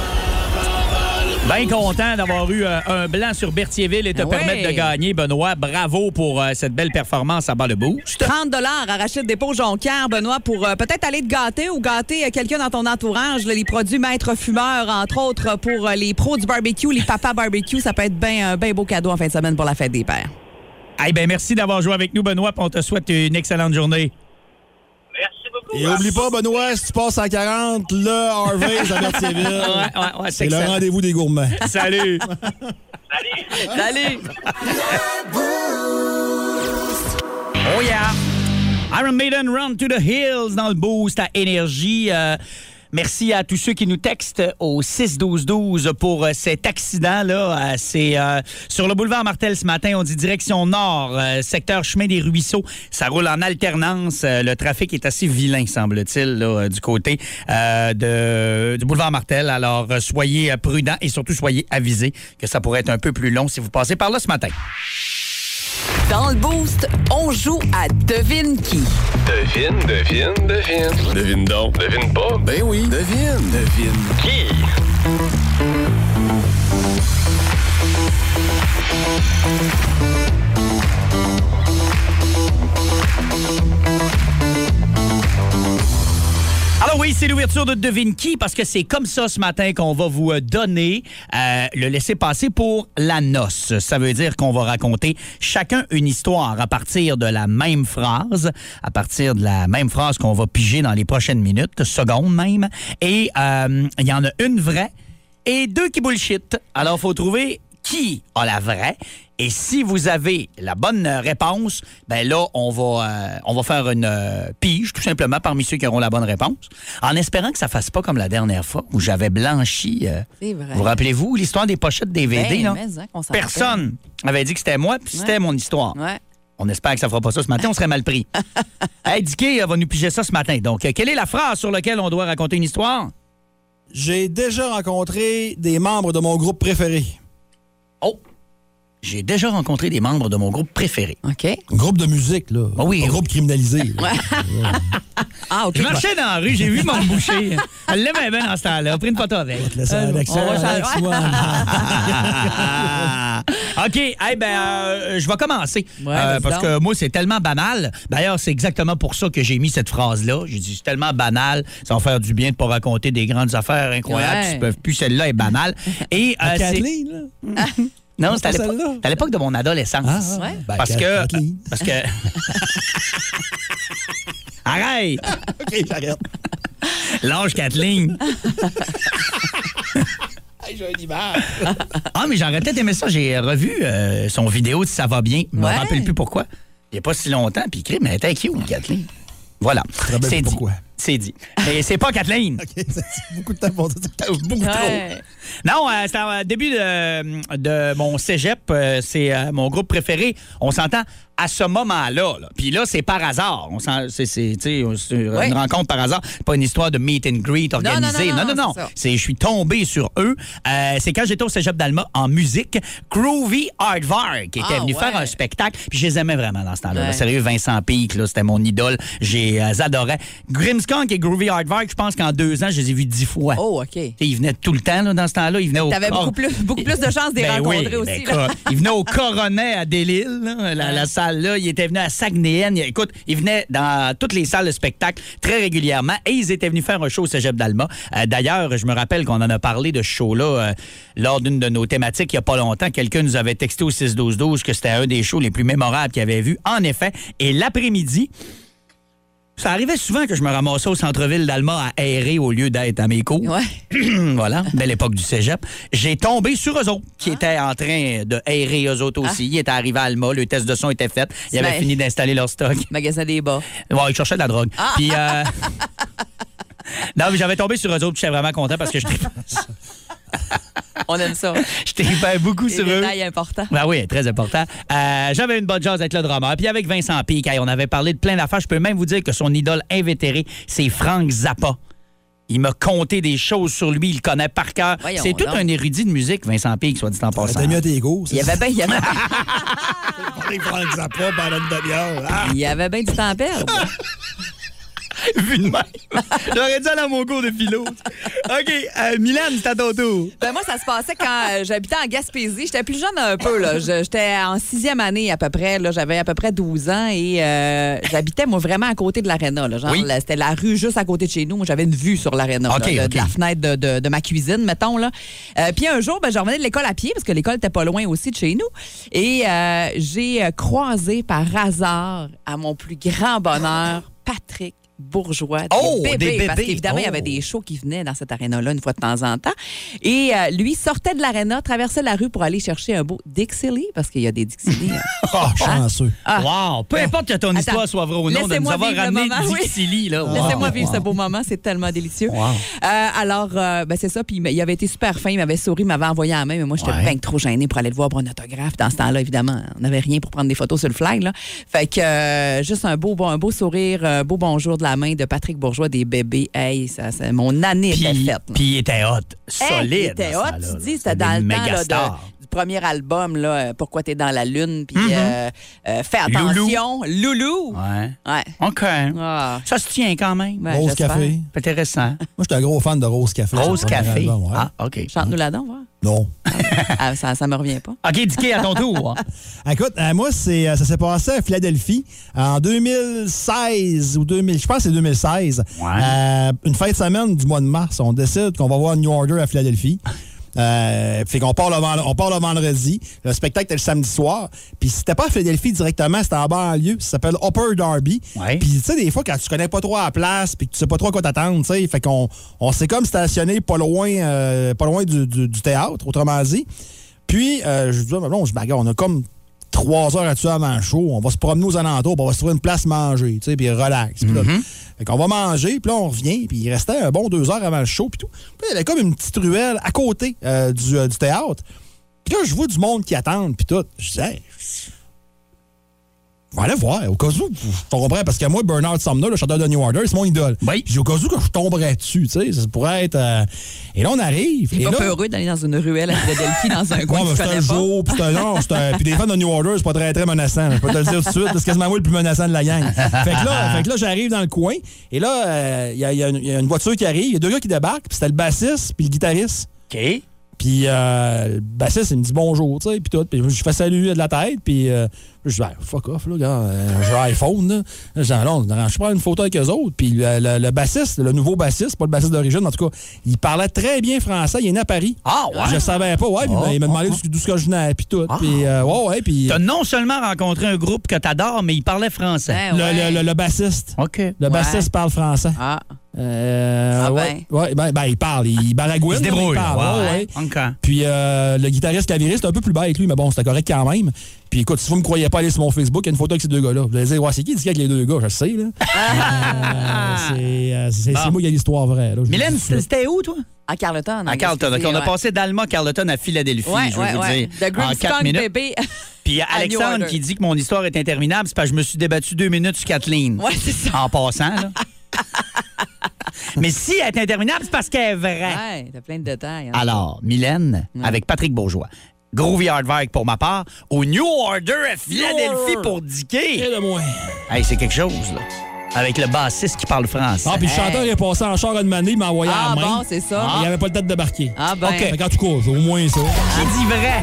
Bien content d'avoir eu euh, un blanc sur Berthierville et te Ah permettre ouais. de gagner, Benoît. Bravo pour euh, cette belle performance à bas le boost. trente à Rachid Dépôt Jonquière, Benoît, pour euh, peut-être aller te gâter ou gâter euh, quelqu'un dans ton entourage. Là, les produits Maître Fumeur, entre autres, pour euh, les pros du barbecue, les papas barbecue. Ça peut être bien un bien beau cadeau en fin de semaine pour la fête des pères. Eh ben merci d'avoir joué avec nous, Benoît. puis On te souhaite une excellente journée. Merci beaucoup. Et oublie pas, Benoît, si tu passes à quarante, le Harvey's à Berthierville. Ouais, ouais, ouais, C'est le excellent. rendez-vous des gourmands. Salut. Salut. Salut! Oh yeah! Iron Maiden, Run to the Hills dans le boost à Énergie. Euh, merci à tous ceux qui nous textent au six douze douze pour euh, cet accident-là. Euh, c'est euh, sur le boulevard Martel ce matin. On dit direction nord, euh, secteur chemin des Ruisseaux. Ça roule en alternance. Euh, le trafic est assez vilain, semble-t-il, là, euh, du côté euh, de, du boulevard Martel. Alors, euh, soyez euh, prudents et surtout soyez avisés que ça pourrait être un peu plus long si vous passez par là ce matin. Dans le boost, on joue à Devine qui. Devine, devine, devine. Devine donc. Devine pas. Ben oui, devine. Devine qui? Alors oui, c'est l'ouverture de Devine qui, parce que c'est comme ça ce matin qu'on va vous euh, donner euh, le laisser-passer pour la noce. Ça veut dire qu'on va raconter chacun une histoire à partir de la même phrase, à partir de la même phrase qu'on va piger dans les prochaines minutes, secondes même. Et euh, il y en a une vraie et deux qui bullshit. Alors, il faut trouver qui a la vraie. Et si vous avez la bonne réponse, ben là, on va, euh, on va faire une euh, pige, tout simplement, parmi ceux qui auront la bonne réponse, en espérant que ça fasse pas comme la dernière fois où j'avais blanchi. Euh, C'est vrai. vous rappelez-vous l'histoire des pochettes D V D? Ben, là? mais, hein, qu'on s'en Personne avait dit que c'était moi, puis c'était Ouais. mon histoire. Ouais. On espère que ça fera pas ça ce matin, on serait mal pris. Hey, Dicky euh, va nous piger ça ce matin. Donc, euh, quelle est la phrase sur laquelle on doit raconter une histoire? J'ai déjà rencontré des membres de mon groupe préféré. Oh! J'ai déjà rencontré des membres de mon groupe préféré. OK. Un groupe de musique, là. Ah oui. Un groupe criminalisé. là. Ah, OK. Je marchais dans la rue, j'ai vu mon boucher. Elle l'aimait bien dans ce temps-là. J'ai pris une photo avec. Laisse avec ça, on va Alex, changer. ouais. OK, hey, ben, euh, je vais commencer. Ouais, Euh, vas-y parce donc. que moi, c'est tellement banal. D'ailleurs, c'est exactement pour ça que j'ai mis cette phrase-là. J'ai dit, c'est tellement banal, ça va faire du bien de ne pas raconter des grandes affaires incroyables Ouais. qui se peuvent plus. Celle-là est banale. Et, euh, c'est- Kathleen, là. Non, c'était à pas l'époque- celle-là. c'était à l'époque de mon adolescence. Ah, ah. Ouais. Ben, Parce Kath- que. Kathleen. Parce que. Arrête! OK, j'arrête. Lâche Kathleen. Hey, j'ai une image. Ah, mais j'aurais peut-être aimé ça. J'ai revu euh, son vidéo de Ça va bien. Je me Ouais. rappelle plus pourquoi. Il n'y a pas si longtemps. Puis, crée, mais elle était cute, Kathleen. Voilà. te rappelles C'est plus dit. pourquoi. C'est dit. Mais c'est pas Kathleen. OK, ça c'est beaucoup de temps pour ça. Beaucoup trop. Ouais. Non, euh, c'était au début de, de mon cégep. euh, c'est euh, mon groupe préféré. On s'entend à ce moment-là. Là. Puis là, c'est par hasard. On s'en- c'est, c'est, tu sais, c'est Ouais. une rencontre par hasard. C'est pas une histoire de meet and greet organisée. non, non, non, non. c'est ça. C'est, je suis tombé sur eux. Euh, c'est quand j'étais au cégep d'Alma en musique. Groovy Aardvark qui était Ah, venu ouais. faire un spectacle. Puis je les aimais vraiment dans ce temps-là. Ouais. Là. Sérieux, Vincent Peake, là, c'était mon idole. J'ai euh, adorais. Grimmskunk et Groovy Aardvark, je pense qu'en deux ans, je les ai vus dix fois. Oh, OK. T'sais, ils venaient tout le temps là, dans ce temps-là. Ils venaient au T'avais cor- beaucoup plus, beaucoup plus de chances de les Ben rencontrer oui, aussi. ben, là. co- ils venaient au Coronet à Delisle, là, la, la salle là. Ils étaient venus à Saguenayenne. Écoute, ils venaient dans toutes les salles de spectacle très régulièrement et ils étaient venus faire un show au Cégep d'Alma. Euh, d'ailleurs, je me rappelle qu'on en a parlé de ce show-là euh, lors d'une de nos thématiques il n'y a pas longtemps. Quelqu'un nous avait texté au six douze douze que c'était un des shows les plus mémorables qu'il avait vu. En effet, et l'après-midi, ça arrivait souvent que je me ramassais au centre-ville d'Alma à errer au lieu d'être à mes cours. Ouais. Voilà, belle époque du cégep. J'ai tombé sur eux autres, qui étaient en train de errer eux autres aussi. Ils étaient arrivés à Alma, le test de son était fait. Ils avaient Ben. fini d'installer leur stock. Magasin des bas. Ouais, ils cherchaient de la drogue. Puis, euh, Non, mais j'avais tombé sur eux autres, j'étais vraiment content parce que je tripais. On aime ça. Je tripais beaucoup Les sur eux. détails importants. Ben oui, très important. Euh, j'avais une bonne chance avec le drummer. Puis avec Vincent Pic, hey, on avait parlé de plein d'affaires. Je peux même vous dire que son idole invétérée, c'est Frank Zappa. Il m'a conté des choses sur lui, il le connaît par cœur. Voyons C'est tout donc. un érudit de musique, Vincent Pic, soit dit en passant. T'as mis à tes go. Il y avait bien il y avait, Frank Zappa pendant une demi-heure. Ah! il y avait bien du temps à perdre. Vu de même. J'aurais dû aller à mon cours de philo. OK, euh, Milan, c'est à ton tour. Ben moi, ça se passait quand euh, j'habitais en Gaspésie. J'étais plus jeune un peu. Là. Je- J'étais en sixième année à peu près. Là. J'avais à peu près douze ans et euh, j'habitais, moi, vraiment à côté de l'aréna. Là. Genre, Oui. là, c'était la rue juste à côté de chez nous. Moi, j'avais une vue sur l'aréna, OK, là, de, OK. de la fenêtre de, de- de ma cuisine, mettons. Là. Euh, puis un jour, ben, je revenais de l'école à pied parce que l'école était pas loin aussi de chez nous. Et euh, j'ai euh, croisé par hasard, à mon plus grand bonheur, Patrick Bourgeois, des Oh, bébés, des bébés. parce qu'évidemment, il y avait Oh. des shows qui venaient dans cette aréna-là une fois de temps en temps. Et euh, lui sortait de l'aréna, traversait la rue pour aller chercher un beau Dixie, parce qu'il y a des Dixie. Oh, chanceux. Ah. Wow! Peu importe que ton Attends. histoire soit vraie ou non, de nous Laissez-moi avoir vivre le ramené moment, oui. Dixie là. Laissez-moi Wow. vivre ce beau moment, c'est tellement délicieux. Wow. Euh, alors, euh, ben, c'est ça. Puis il avait été super fin, il m'avait souri, il m'avait envoyé la main, mais moi, j'étais Ouais. bien trop gênée pour aller le voir pour un autographe. Dans ce temps-là, évidemment, on n'avait rien pour prendre des photos sur le flag. Là. Fait que euh, juste un beau, bon, un beau sourire, un beau bonjour de la main de Patrick Bourgeois, des bébés. Hey, ça, ça- mon année était Puis, faite. là. puis il était hot. Hey, Solide. il était dans ce hot, temps-là, tu là. dis, c'était dans des le temps là, mégastars. de, du premier album, là, euh, Pourquoi t'es dans la lune, puis Mhm. euh, euh, Fais attention, Loulou. Ouais. Ouais. OK. Ah, Ça se tient quand même. ben, Rose j'espère. Café. Intéressant. Moi, j'étais un gros fan de Rose Café. Rose C'est le premier Café. album, ouais. Ah, OK. Chante-nous là-dedans, voir. Non. Ah, ça, ça me revient pas. OK, Dicky, à ton tour. Écoute, euh, moi, c'est, euh, ça s'est passé à Philadelphie en deux mille seize ou deux mille, je pense que c'est deux mille seize. Ouais. Euh, une fin de semaine du mois de mars, on décide qu'on va voir New Order à Philadelphie. Euh, fait qu'on part le, vend- on part le vendredi. Le spectacle était le samedi soir. Puis c'était pas à Philadelphie directement, c'était en banlieue. Ça s'appelle Upper Darby. Ouais. Puis tu sais, des fois, quand tu connais pas trop la place puis que tu sais pas trop à quoi t'attendre, tu sais, fait qu'on on s'est comme stationné pas loin, euh, pas loin du, du- du théâtre, autrement dit. Puis, euh, je dis, ah, bon, je bagarre, on a comme trois heures à tuer avant le show. On va se promener aux alentours, puis on va se trouver une place manger, tu sais, puis relax. Puis là, fait qu'on va manger, puis là, on revient, puis il restait un bon deux heures avant le show, puis tout. Puis il y avait comme une petite ruelle à côté euh, du, euh, du théâtre. Puis là, je vois du monde qui attend, puis tout. Je dis, hey, on va aller voir, au cas où, je tomberais, parce que moi, Bernard Sumner, le chanteur de New Order, c'est mon idole. Oui. J'ai au cas où que je tomberais dessus, tu sais, ça pourrait être... euh, Et là, on arrive. Il et est pas là, peureux d'aller dans une ruelle à Philadelphie, dans un coin Ouais, que mais tu c'est connais un pas. jour, puis c'est un non, c'est un- puis des fans de New Order, c'est pas très, très menaçant. Je peux te le dire tout de suite, c'est quasiment moi le plus menaçant de la gang. Fait que là, fait que là j'arrive dans le coin, et là, euh, il y, a- il y a une- il y a une voiture qui arrive, il y a deux gars qui débarquent, puis c'était le bassiste, puis le guitariste. OK. Puis euh, le bassiste, il me dit bonjour, tu sais, puis tout. Puis je fais salut de la tête, puis euh, je dis, ben, fuck off, là, gars, euh, j'ai un iPhone, là. Là, je dis, non, je prends une photo avec eux autres. Puis le, le- le bassiste, le nouveau bassiste, pas le bassiste d'origine, en tout cas, il parlait très bien français, il est né à Paris. Ah, ouais? Je savais pas, ouais, puis Ah, il m'a demandé ah, d'où d'où ce que je venais, puis tout. Ah. Puis, euh, ouais, ouais, puis. T'as non seulement rencontré un groupe que t'adores, mais il parlait français. Ben, Le, ouais. le- le- le bassiste. OK. Le bassiste parle français. Ah. Euh, Ah ouais, ouais, ben, ben, il parle, il baragouine. Il se débrouille. mais il parle, ouais, ouais. OK. Puis euh, le guitariste clavieriste, c'est un peu plus bête, lui, mais bon, c'était correct quand même. Puis écoute, si vous me croyez pas, allez sur mon Facebook, il y a une photo avec ces deux gars-là. Vous allez dire, ouais, c'est qui dit avec les deux gars? Je le sais, là. Euh, c'est euh, c'est- Bon. c'est moi qui ai l'histoire vraie. Là. Je Mylène, vous dis ça. c'était où, toi? À Carleton. en À Carleton. OK, Gaspésie, on a ouais. passé d'Alma Carleton à Philadelphie, Ouais, je veux ouais, vous ouais. dire. The en Green quatre Skunk minutes. Baby. Puis à New Alexandre Order. qui dit que mon histoire est interminable, c'est parce que je me suis débattu deux minutes sur Kathleen. Ouais, c'est ça. En passant, là. Mais si elle est interminable, c'est parce qu'elle est vraie. Ouais, t'as plein de détails. hein. Alors, Mylène, Ouais. avec Patrick Bourgeois. Groovy Hardvark pour ma part, au New Order à Philadelphie Order. pour Dicky. Et de moins. Hey, c'est quelque chose, là. Avec le bassiste qui parle français. Ah, puis le Hey. chanteur est passé en char une manée, il m'a envoyé Ah, à la main. bon, c'est ça. Il avait pas le temps de débarquer. Ah, ben. OK. Fait qu'en tout cas, c'est au moins ça. Qui dit vrai?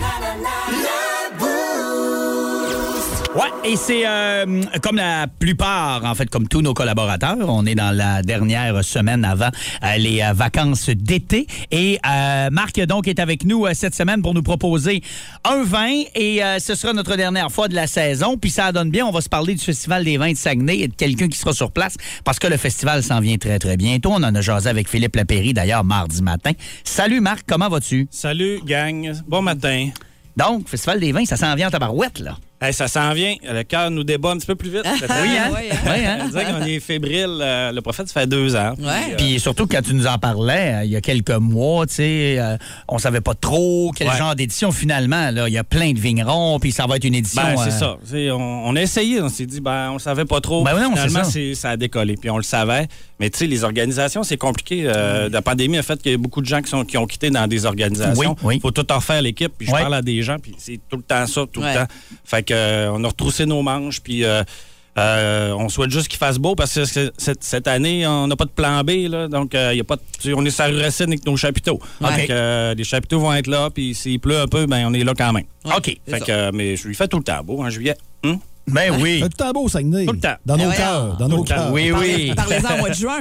Ouais, et c'est euh, comme la plupart, en fait, comme tous nos collaborateurs, on est dans la dernière semaine avant euh, les euh, vacances d'été. Et euh, Marc, donc, est avec nous euh, cette semaine pour nous proposer un vin. Et euh, ce sera notre dernière fois de la saison. Puis ça donne bien, on va se parler du Festival des vins de Saguenay et de quelqu'un qui sera sur place parce que le festival s'en vient très, très bientôt. On en a jasé avec Philippe Lapéry, d'ailleurs, mardi matin. Salut, Marc, comment vas-tu? Salut, gang. Bon matin. Donc, Festival des vins, ça s'en vient en tabarouette, là. Hey, ça s'en vient. Le cœur nous débat un petit peu plus vite. Oui, hein? Ouais, hein? Oui, hein? On dirait qu'on est fébrile. Euh, le prophète, ça fait deux ans. Ouais. Puis, euh, Puis surtout, quand tu nous en parlais, euh, il y a quelques mois, tu sais, euh, on savait pas trop quel Ouais. genre d'édition finalement. Là. Il y a plein de vignerons, puis ça va être une édition... Ben, c'est euh, ça. C'est- On, on a essayé, on s'est dit, ben, on le savait pas trop. Ben oui, non, c'est Finalement, ça. c'est- ça a décollé, puis on le savait. Mais tu sais, les organisations, c'est compliqué. Euh, La pandémie a fait qu'il y a beaucoup de gens qui, sont, qui ont quitté dans des organisations. Oui, oui. Faut tout en refaire l'équipe, puis je Oui. parle à des gens, puis c'est tout le temps ça, tout Ouais. le temps. Fait que euh, on a retroussé nos manches, puis euh, euh, on souhaite juste qu'il fasse beau, parce que c'est- cette, cette année, on n'a pas de plan B, là, donc euh, il y a pas de, tu sais, on est sur la racine avec nos chapiteaux. OK. Donc, euh, les chapiteaux vont être là, puis s'il pleut un peu, ben on est là quand même. OK. Fait que, euh, mais je lui fais tout le temps beau en juillet. Hum? Ben oui. Fait tout le temps beau au Saguenay. Tout le temps. Dans nos Eh cœurs. Dans Tout nos le temps. cœurs. Oui, oui. Parlez-en au mois de juin.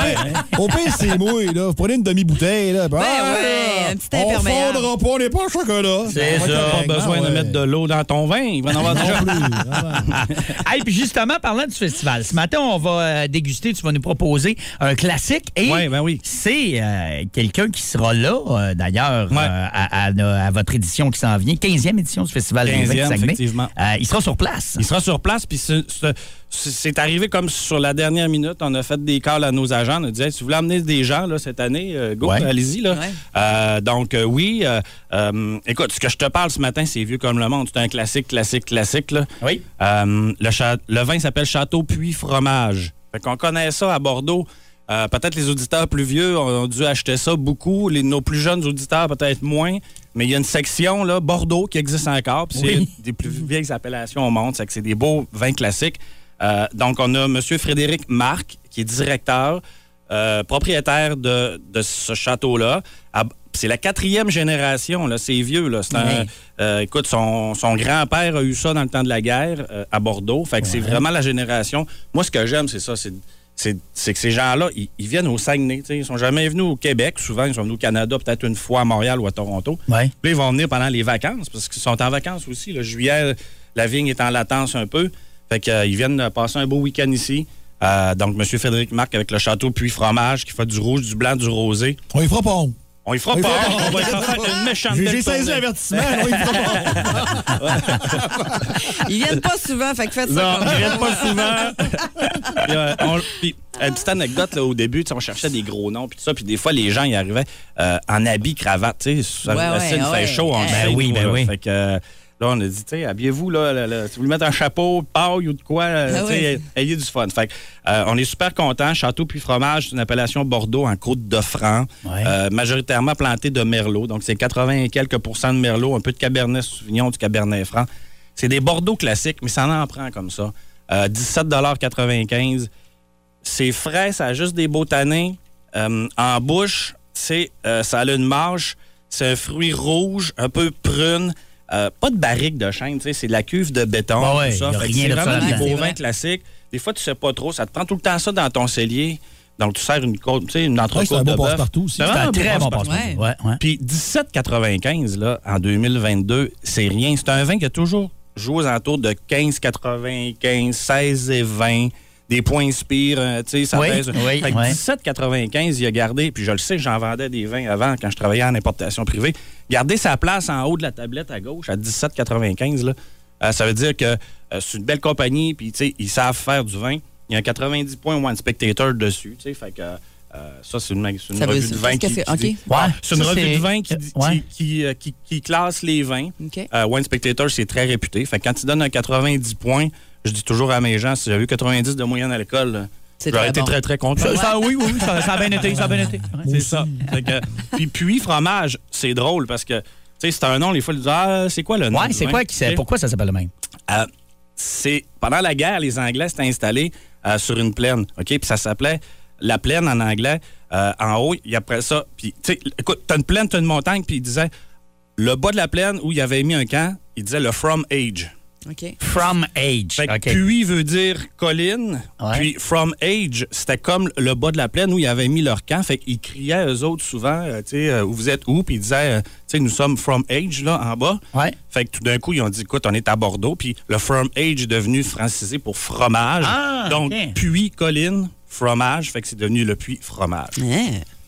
Au pire, c'est mouille, là. Vous prenez une demi-bouteille, là. Ben ouais, un petit on imperméable. fondra pas, on n'est pas en chocolat. C'est On va ça, être Pas correct. besoin Ah, de ouais. mettre de l'eau dans ton vin. Il va en avoir déjà. Non plus, vraiment. Hey, puis justement, parlant du festival, ce matin, on va euh, déguster, tu vas nous proposer un classique. Et Ouais, ben oui. c'est euh, quelqu'un qui sera là, euh, d'ailleurs, Ouais. euh, à, à- à votre édition qui s'en vient, quinzième édition du Festival des vins de quinzième, Saguenay. effectivement. Euh, il sera sur place. Il sera sur place, puis ce- ce- c'est arrivé comme sur la dernière minute. On a fait des calls à nos agents. On a dit, hey, si vous voulez amener des gens là, cette année, euh, go, Ouais. allez-y. Là. Ouais. Euh, donc, euh, oui. euh, euh, écoute, ce que je te parle ce matin, c'est vieux comme le monde. C'est un classique, classique, classique. Là. Oui. Euh, le, cha- le vin s'appelle Château Puy Fromage. Fait qu'on connaît ça à Bordeaux. Euh, peut-être les auditeurs plus vieux ont, ont dû acheter ça beaucoup. Les, nos plus jeunes auditeurs, peut-être moins. Mais il y a une section, là, Bordeaux, qui existe encore. Puis c'est Oui. une des plus vieilles appellations au monde. C'est que c'est des beaux vins classiques. Euh, donc, on a M. Frédéric Marc, qui est directeur, euh, propriétaire de, de ce château-là. À- C'est la quatrième génération, là. C'est vieux, là. C'est un- Ouais. euh, écoute, son, son grand-père a eu ça dans le temps de la guerre euh, à Bordeaux. Fait que c'est vraiment la génération. Moi, ce que j'aime, c'est ça. C'est c'est c'est que ces gens-là, ils, ils viennent au Saguenay. T'sais. Ils sont jamais venus au Québec. Souvent, ils sont venus au Canada, peut-être une fois à Montréal ou à Toronto. Ouais. Puis là, ils vont venir pendant les vacances, parce qu'ils sont en vacances aussi. Là. Juillet, la vigne est en latence un peu. Fait qu'ils viennent euh, passer un beau week-end ici. Euh, donc, M. Frédéric Marc avec le château Puy Fromage, qui fait du rouge, du blanc, du rosé. On y fera pas honte. On y fera On y pas. fera pas. On va y faire une méchante J'ai belle j'ai saisi tournée. l'avertissement. On y fera pas. Ils viennent pas souvent, fait que faites ça. Non, comme ils ça. viennent pas souvent. Puis, euh, on- puis, une petite anecdote, là, au début, tu sais, on cherchait des gros noms, puis tout ça, puis des fois, les gens y arrivaient euh, en habit, cravate, tu sais, ça Ouais, ça, il ouais, fait ouais. chaud, on le Ben sait, oui, nous, ben là. oui. Fait que, euh, là, on a dit, tu sais, habillez-vous, là, là, là, si vous voulez mettre un chapeau, paille ou de quoi, euh, Ah tu sais, oui. ayez du fun. Fait que, euh, on est super contents. Château Puy Fromage, c'est une appellation Bordeaux en côte de franc, Ouais. euh, majoritairement planté de merlot. Donc, c'est quatre-vingts et quelques pourcents de merlot, un peu de cabernet sauvignon, du cabernet franc. C'est des Bordeaux classiques, mais ça en prend comme ça. Euh, dix-sept quatre-vingt-quinze. C'est frais, ça a juste des beaux tanins. Euh, en bouche, c'est, euh, ça a une mâche. C'est un fruit rouge, un peu prune. Euh, pas de barrique de chêne, tu sais, c'est de la cuve de béton. Ah ouais, tout ça. y a Fait que rien c'est de ça vraiment des là-dedans. beaux C'est vins vrai. classiques. Des fois, tu sais pas trop. Ça te prend tout le temps ça dans ton cellier. Donc, tu sers une côte, tu sais, une Ouais, entrecôte c'est un de beau bœuf. passe-partout aussi. C'est C'est vraiment un très bon passe-partout. passe-partout. Ouais. Ouais, ouais. Puis dix-sept quatre-vingt-quinze, là, en deux mille vingt-deux, c'est rien. C'est un vin qui a toujours joué aux alentours de quinze quatre-vingt-quinze, seize et vingt. Des points inspire, euh, tu sais, ça Oui, pèse. oui, Fait que oui. dix-sept quatre-vingt-quinze, il a gardé, puis je le sais, j'en vendais des vins avant quand je travaillais en importation privée. Garder sa place en haut de la tablette à gauche à dix-sept quatre-vingt-quinze, là, euh, ça veut dire que euh, c'est une belle compagnie, puis tu sais, ils savent faire du vin. Il y a un quatre-vingt-dix points Wine Spectator dessus, tu sais, fait que euh, ça, c'est une, c'est une Ça veut revue dire- de vin qu'est-ce qui, que c'est? qui dit- OK. Ah, c'est une Ça, revue c'est- de vin qui, dit- Ouais. qui, qui, euh, qui- qui classe les vins. OK. Euh, Wine Spectator, c'est très réputé. Fait que quand il donne un quatre-vingt-dix points, je dis toujours à mes gens, si j'avais eu quatre-vingt-dix de moyenne à l'école, là, C'est j'aurais très été bon. très, très content. Ça, ça, oui, oui, ça, ça a bien été, ça a bien été. Ouais. C'est ça. Fait que, puis, puis fromage, c'est drôle parce que, tu sais, c'est un nom, les fois, ils disent, ah, c'est quoi le nom? Ouais, du c'est vin? quoi qui c'est? Ok. Pourquoi ça s'appelle le même? Euh, c'est pendant la guerre, les Anglais s'étaient installés euh, sur une plaine, ok, puis ça s'appelait la plaine en anglais. Euh, en haut, il y a après ça, puis tu sais, écoute, t'as une plaine, t'as une montagne, puis il disait le bas de la plaine où il avait mis un camp, il disait le From Age. OK. From age. Fait que OK. Puy veut dire colline, Ouais. puis From Age, c'était comme le bas de la plaine où ils avaient mis leur camp. Fait qu'ils criaient eux autres souvent, euh, tu sais, euh, où vous êtes où? Puis ils disaient, euh, tu sais, nous sommes From Age, là, en bas. Ouais. Fait que tout d'un coup, ils ont dit, écoute, on est à Bordeaux, puis le From Age est devenu francisé pour fromage. Ah, Donc, OK. Puy, colline, fromage, fait que c'est devenu le Puy fromage. Hein?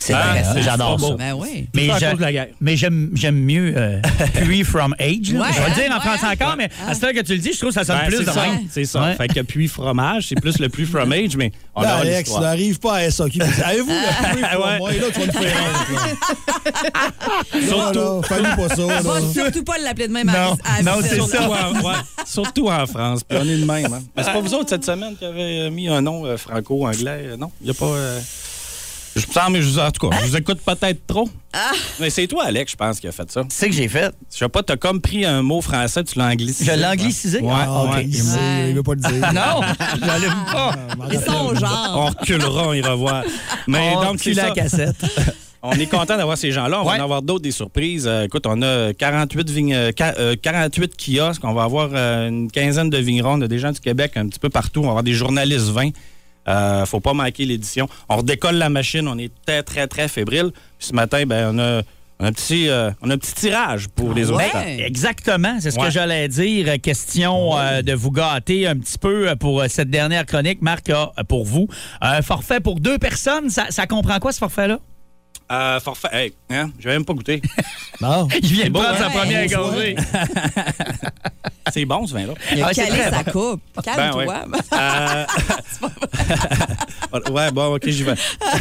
C'est vrai, Ah, c'est j'adore trop ça. beau. Ben oui. Mais, Tout ça à je- cause de la guerre. mais j'aime, j'aime mieux euh, Puis from Age. là. Ouais, je vais le dire en ouais, français ouais. encore, mais à ce temps que tu le dis, je trouve que ça sonne Ben, plus c'est de ça, même. c'est ça. Ouais. Fait que puis fromage, c'est plus le plus from age, mais on Là, a Alex, l'histoire. n'arrive pas à S A Q. Avez-vous le fruit pour Ouais. moi? Et là, tu vas me faire honte. Surtout. Là, là, fallait pas ça. Va Là. surtout pas l'appeler de même à Non, à non, Vicente. c'est ça. Surtout en, ouais, surtout en France. Puis on est de même. Hein. Mais c'est pas vous autres cette semaine qui avez mis un nom euh, franco-anglais? euh, non? Il n'y a pas. Euh... Je me sens, mais je, en tout cas, je vous écoute peut-être trop. Mais c'est toi, Alex, je pense, qui a fait ça. C'est ce que j'ai fait. Je sais pas, t'as comme pris un mot français, tu l'as anglicisé. Je l'ai anglicisé? Ouais, Ah, ok. ouais. Il veut- il veut pas le dire. Non, je l'allume pas. Ils sont au genre. On reculera, on ira voir. Mais On donc, c'est recule ça. la cassette. On est content d'avoir ces gens-là. On Ouais. va en avoir d'autres, des surprises. Euh, écoute, on a quarante-huit, vignes- euh, qua- euh, quarante-huit kiosques. On va avoir euh, une quinzaine de vignerons. On a des gens du Québec un petit peu partout. On va avoir des journalistes vins. Euh, faut pas manquer l'édition. On redécolle la machine. On est très, très, très fébrile. Puis ce matin, ben, on a un petit, euh, on a un petit tirage pour les ouais. autres. Ben, exactement, c'est ce Ouais. que j'allais dire. Question euh, de vous gâter un petit peu euh, pour euh, cette dernière chronique. Marc a euh, pour vous un forfait pour deux personnes. Ça, ça comprend quoi, ce forfait-là? Euh, forfait. Hey, hein? Je vais même pas goûter. Non. Il vient de beau, prendre hein? sa première Bon gorgée. C'est bon, ce vin-là. Il a Ah, c'est calé très sa bon. coupe. Calme-toi. Ben ouais. Euh, ouais, bon, OK, j'y vais.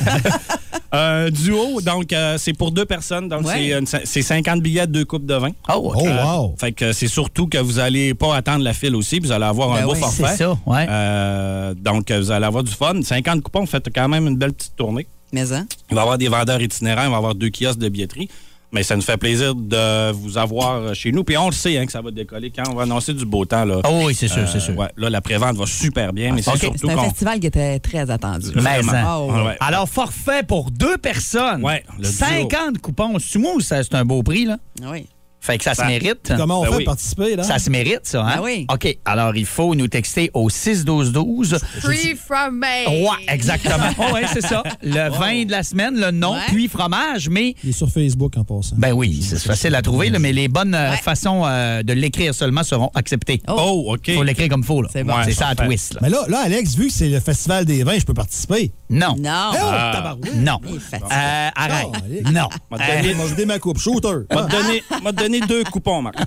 Un duo, donc euh, c'est pour deux personnes. Donc, Ouais. c'est, une- c'est cinquante billets de deux coupes de vin. Oh, Oh, OK. wow. Fait que c'est surtout que vous allez pas attendre la file aussi, vous allez avoir Ben un beau oui, forfait. c'est ça, ouais. Euh, donc, vous allez avoir du fun. cinquante coupons, faites quand même une belle petite tournée. Mais hein? Il va y avoir des vendeurs itinérants, il va y avoir deux kiosques de billetterie. Mais ça nous fait plaisir de vous avoir chez nous. Puis on le sait hein, que ça va décoller quand on va annoncer du beau temps. Là. Oh oui, c'est sûr, Euh, c'est sûr. ouais, là, la prévente va super bien, mais c'est OK. surtout C'est un qu'on... festival qui était très attendu. Mais Vraiment. hein. Ah, ouais. Ouais. Alors, forfait pour deux personnes. Ouais, le duo. cinquante coupons. C'est moi ou ça, c'est un beau prix, là? Oui. Fait que ça se Ben, mérite. Comment on Ben fait oui. pour participer, là? Ça se mérite, ça, hein? Ben oui. OK. Alors, il faut nous texter au six douze douze. Free from me. Ouais, exactement. Oh, ouais, c'est ça. Le vin de la semaine, le nom, Ouais. puis fromage, mais... Il est sur Facebook en passant. Ben oui, c'est facile à trouver, là, mais les bonnes euh, Ouais. façons euh, de l'écrire seulement seront acceptées. Oh. Oh, OK. Il faut l'écrire comme il faut, là. C'est bon. C'est ça, à parfait. twist, là. Mais là, là, Alex, vu que c'est le Festival des vins, je peux participer. Non. Non. Eh oh, Ah. tabarouette. Non. Il est fatigué. Euh, arrête. Oh, allez. Non. M'a Euh, donné, Moi, je dé ma coupe. Shooter. m'a donné, m'a donné deux coupons, Marc.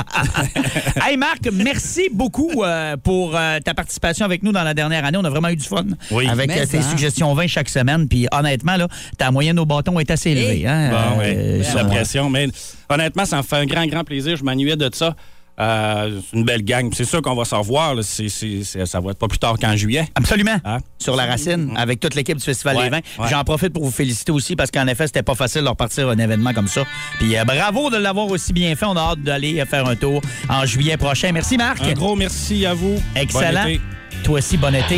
Hey Marc, merci beaucoup euh, pour euh, ta participation avec nous dans la dernière année. On a vraiment eu du fun Oui. avec Mais euh, tes ça. suggestions vin chaque semaine. Puis honnêtement, là, ta moyenne au bâton est assez élevée. Hey. Hein? Bon, oui, Euh, j'ai sur- la pression. Mais honnêtement, ça me fait un grand, grand plaisir. Je m'ennuyais de ça. Euh, c'est une belle gang. C'est sûr qu'on va se revoir. Là. C'est, c'est, c'est- ça va être pas plus tard qu'en juillet. Absolument. Hein? Sur la racine, avec toute l'équipe du Festival Ouais, des Vins. ouais. J'en profite pour vous féliciter aussi parce qu'en effet, c'était pas facile de repartir un événement comme ça. Puis euh, bravo de l'avoir aussi bien fait. On a hâte d'aller euh, faire un tour en juillet prochain. Merci Marc. Un gros merci à vous. Excellent. Bon été. Toi aussi, bon été.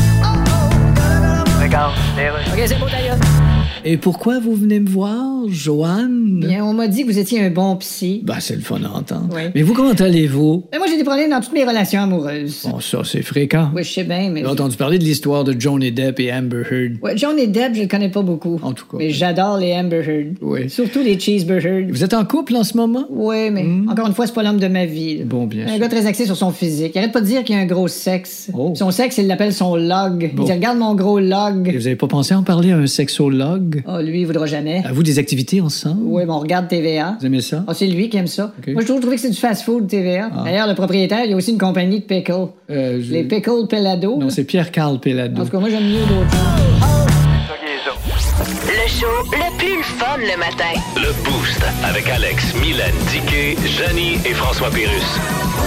OK, c'est beau d'ailleurs. Et pourquoi vous venez me voir, Joanne? Bien, on m'a dit que vous étiez un bon psy. Ben, c'est le fun à entendre. Oui. Mais vous, comment allez-vous? Mais moi, j'ai des problèmes dans toutes mes relations amoureuses. Bon, ça, c'est fréquent. Oui, je sais bien, mais... J'ai entendu parler de l'histoire de Johnny Depp et Amber Heard. Ouais, John et Deb, je le connais pas beaucoup. En tout cas. Mais j'adore les Amber Heard. Oui. Surtout les Cheeseburgers. Vous êtes en couple en ce moment? Oui, mais encore une fois, c'est pas l'homme de ma vie. là. Bon, bien Un sûr. gars très axé sur son physique. Il arrête pas de dire qu'il a un gros sexe. Oh. Son sexe, il l'appelle son log. Bon. Il dit, regarde mon gros Et log. vous avez pas pensé en parler à un sexologue? Oh, lui, il voudra jamais. Avez-vous des activités ensemble? Oui, mais on regarde T V A. Vous aimez ça? Ah, c'est lui qui aime ça. Ok. Moi, j'ai toujours trouvé que c'est du fast-food, T V A. Ah. D'ailleurs, le propriétaire, il y a aussi une compagnie de pickles. Euh, je- Les pickles Pelado. Non, là. c'est Pierre-Carl Pelado. En tout cas, moi, j'aime mieux d'autres choses. Le show le plus le fun le matin. Le Boost avec Alex, Mylène, Diquet, Janie et François Pérus.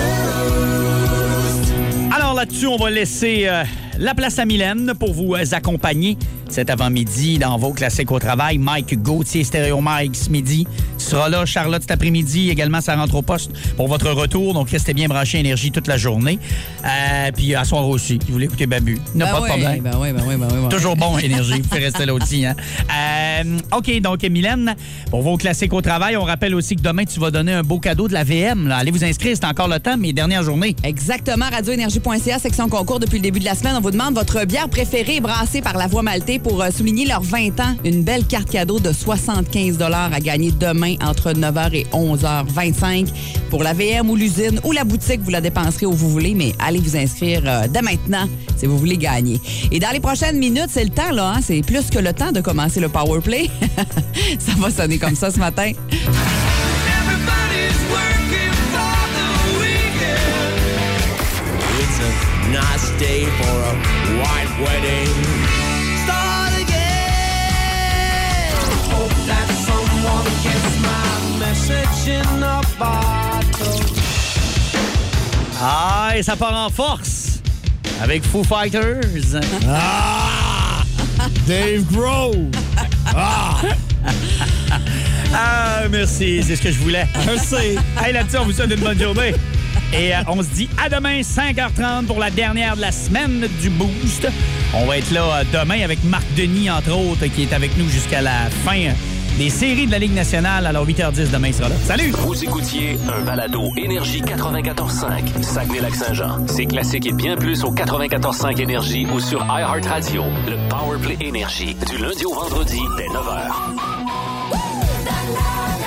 Alors là-dessus, on va laisser euh, la place à Mylène pour vous euh, accompagner cet avant-midi dans vos classiques au travail. Mike Gauthier, Stéréo Mike, ce midi, sera là. Charlotte, cet après-midi, également, ça rentre au poste pour votre retour. Donc, restez bien branchés Énergie toute la journée. Euh, puis, à soir aussi, si vous voulez écouter Babu. Ben N'a pas oui, de problème. Ben oui, ben oui, ben oui. ben oui. Toujours bon, Énergie. Vous pouvez rester là aussi. Hein? Euh, OK, donc, Mylène, pour vos classiques au travail, on rappelle aussi que demain, tu vas donner un beau cadeau de la V M. Là. Allez vous inscrire, c'est encore le temps, mes dernières journées. Exactement, radioénergie point c a, section concours depuis le début de la semaine. On va vous demande votre bière préférée brassée par La Voix Maltais pour euh, souligner leurs vingt ans. Une belle carte cadeau de soixante-quinze dollars à gagner demain entre neuf heures et onze heures vingt-cinq. Pour la V M ou l'usine ou la boutique, vous la dépenserez où vous voulez, mais allez vous inscrire euh, dès maintenant si vous voulez gagner. Et dans les prochaines minutes, c'est le temps, là. Hein? C'est plus que le temps de commencer le Power Play. Ça va sonner comme ça ce matin. It's a nice day for a white wedding. Start again. Hope that someone gets my message in a bottle. Ah, et ça part en force avec Foo Fighters. Ah! Dave Grohl. Ah! Ah, merci, c'est ce que je voulais. Merci. Hey, là-dessus, on vous souhaite une bonne journée. Et euh, on se dit à demain, cinq heures trente, pour la dernière de la semaine du Boost. On va être là euh, demain avec Marc Denis, entre autres, qui est avec nous jusqu'à la fin des séries de la Ligue nationale. Alors, huit heures dix, demain, il sera là. Salut! Vous écoutiez un balado Énergie quatre-vingt-quatorze cinq, Saguenay-Lac-Saint-Jean. C'est classique et bien plus au quatre-vingt-quatorze cinq Énergie ou sur iHeartRadio. Le Powerplay Énergie, du lundi au vendredi, dès neuf heures.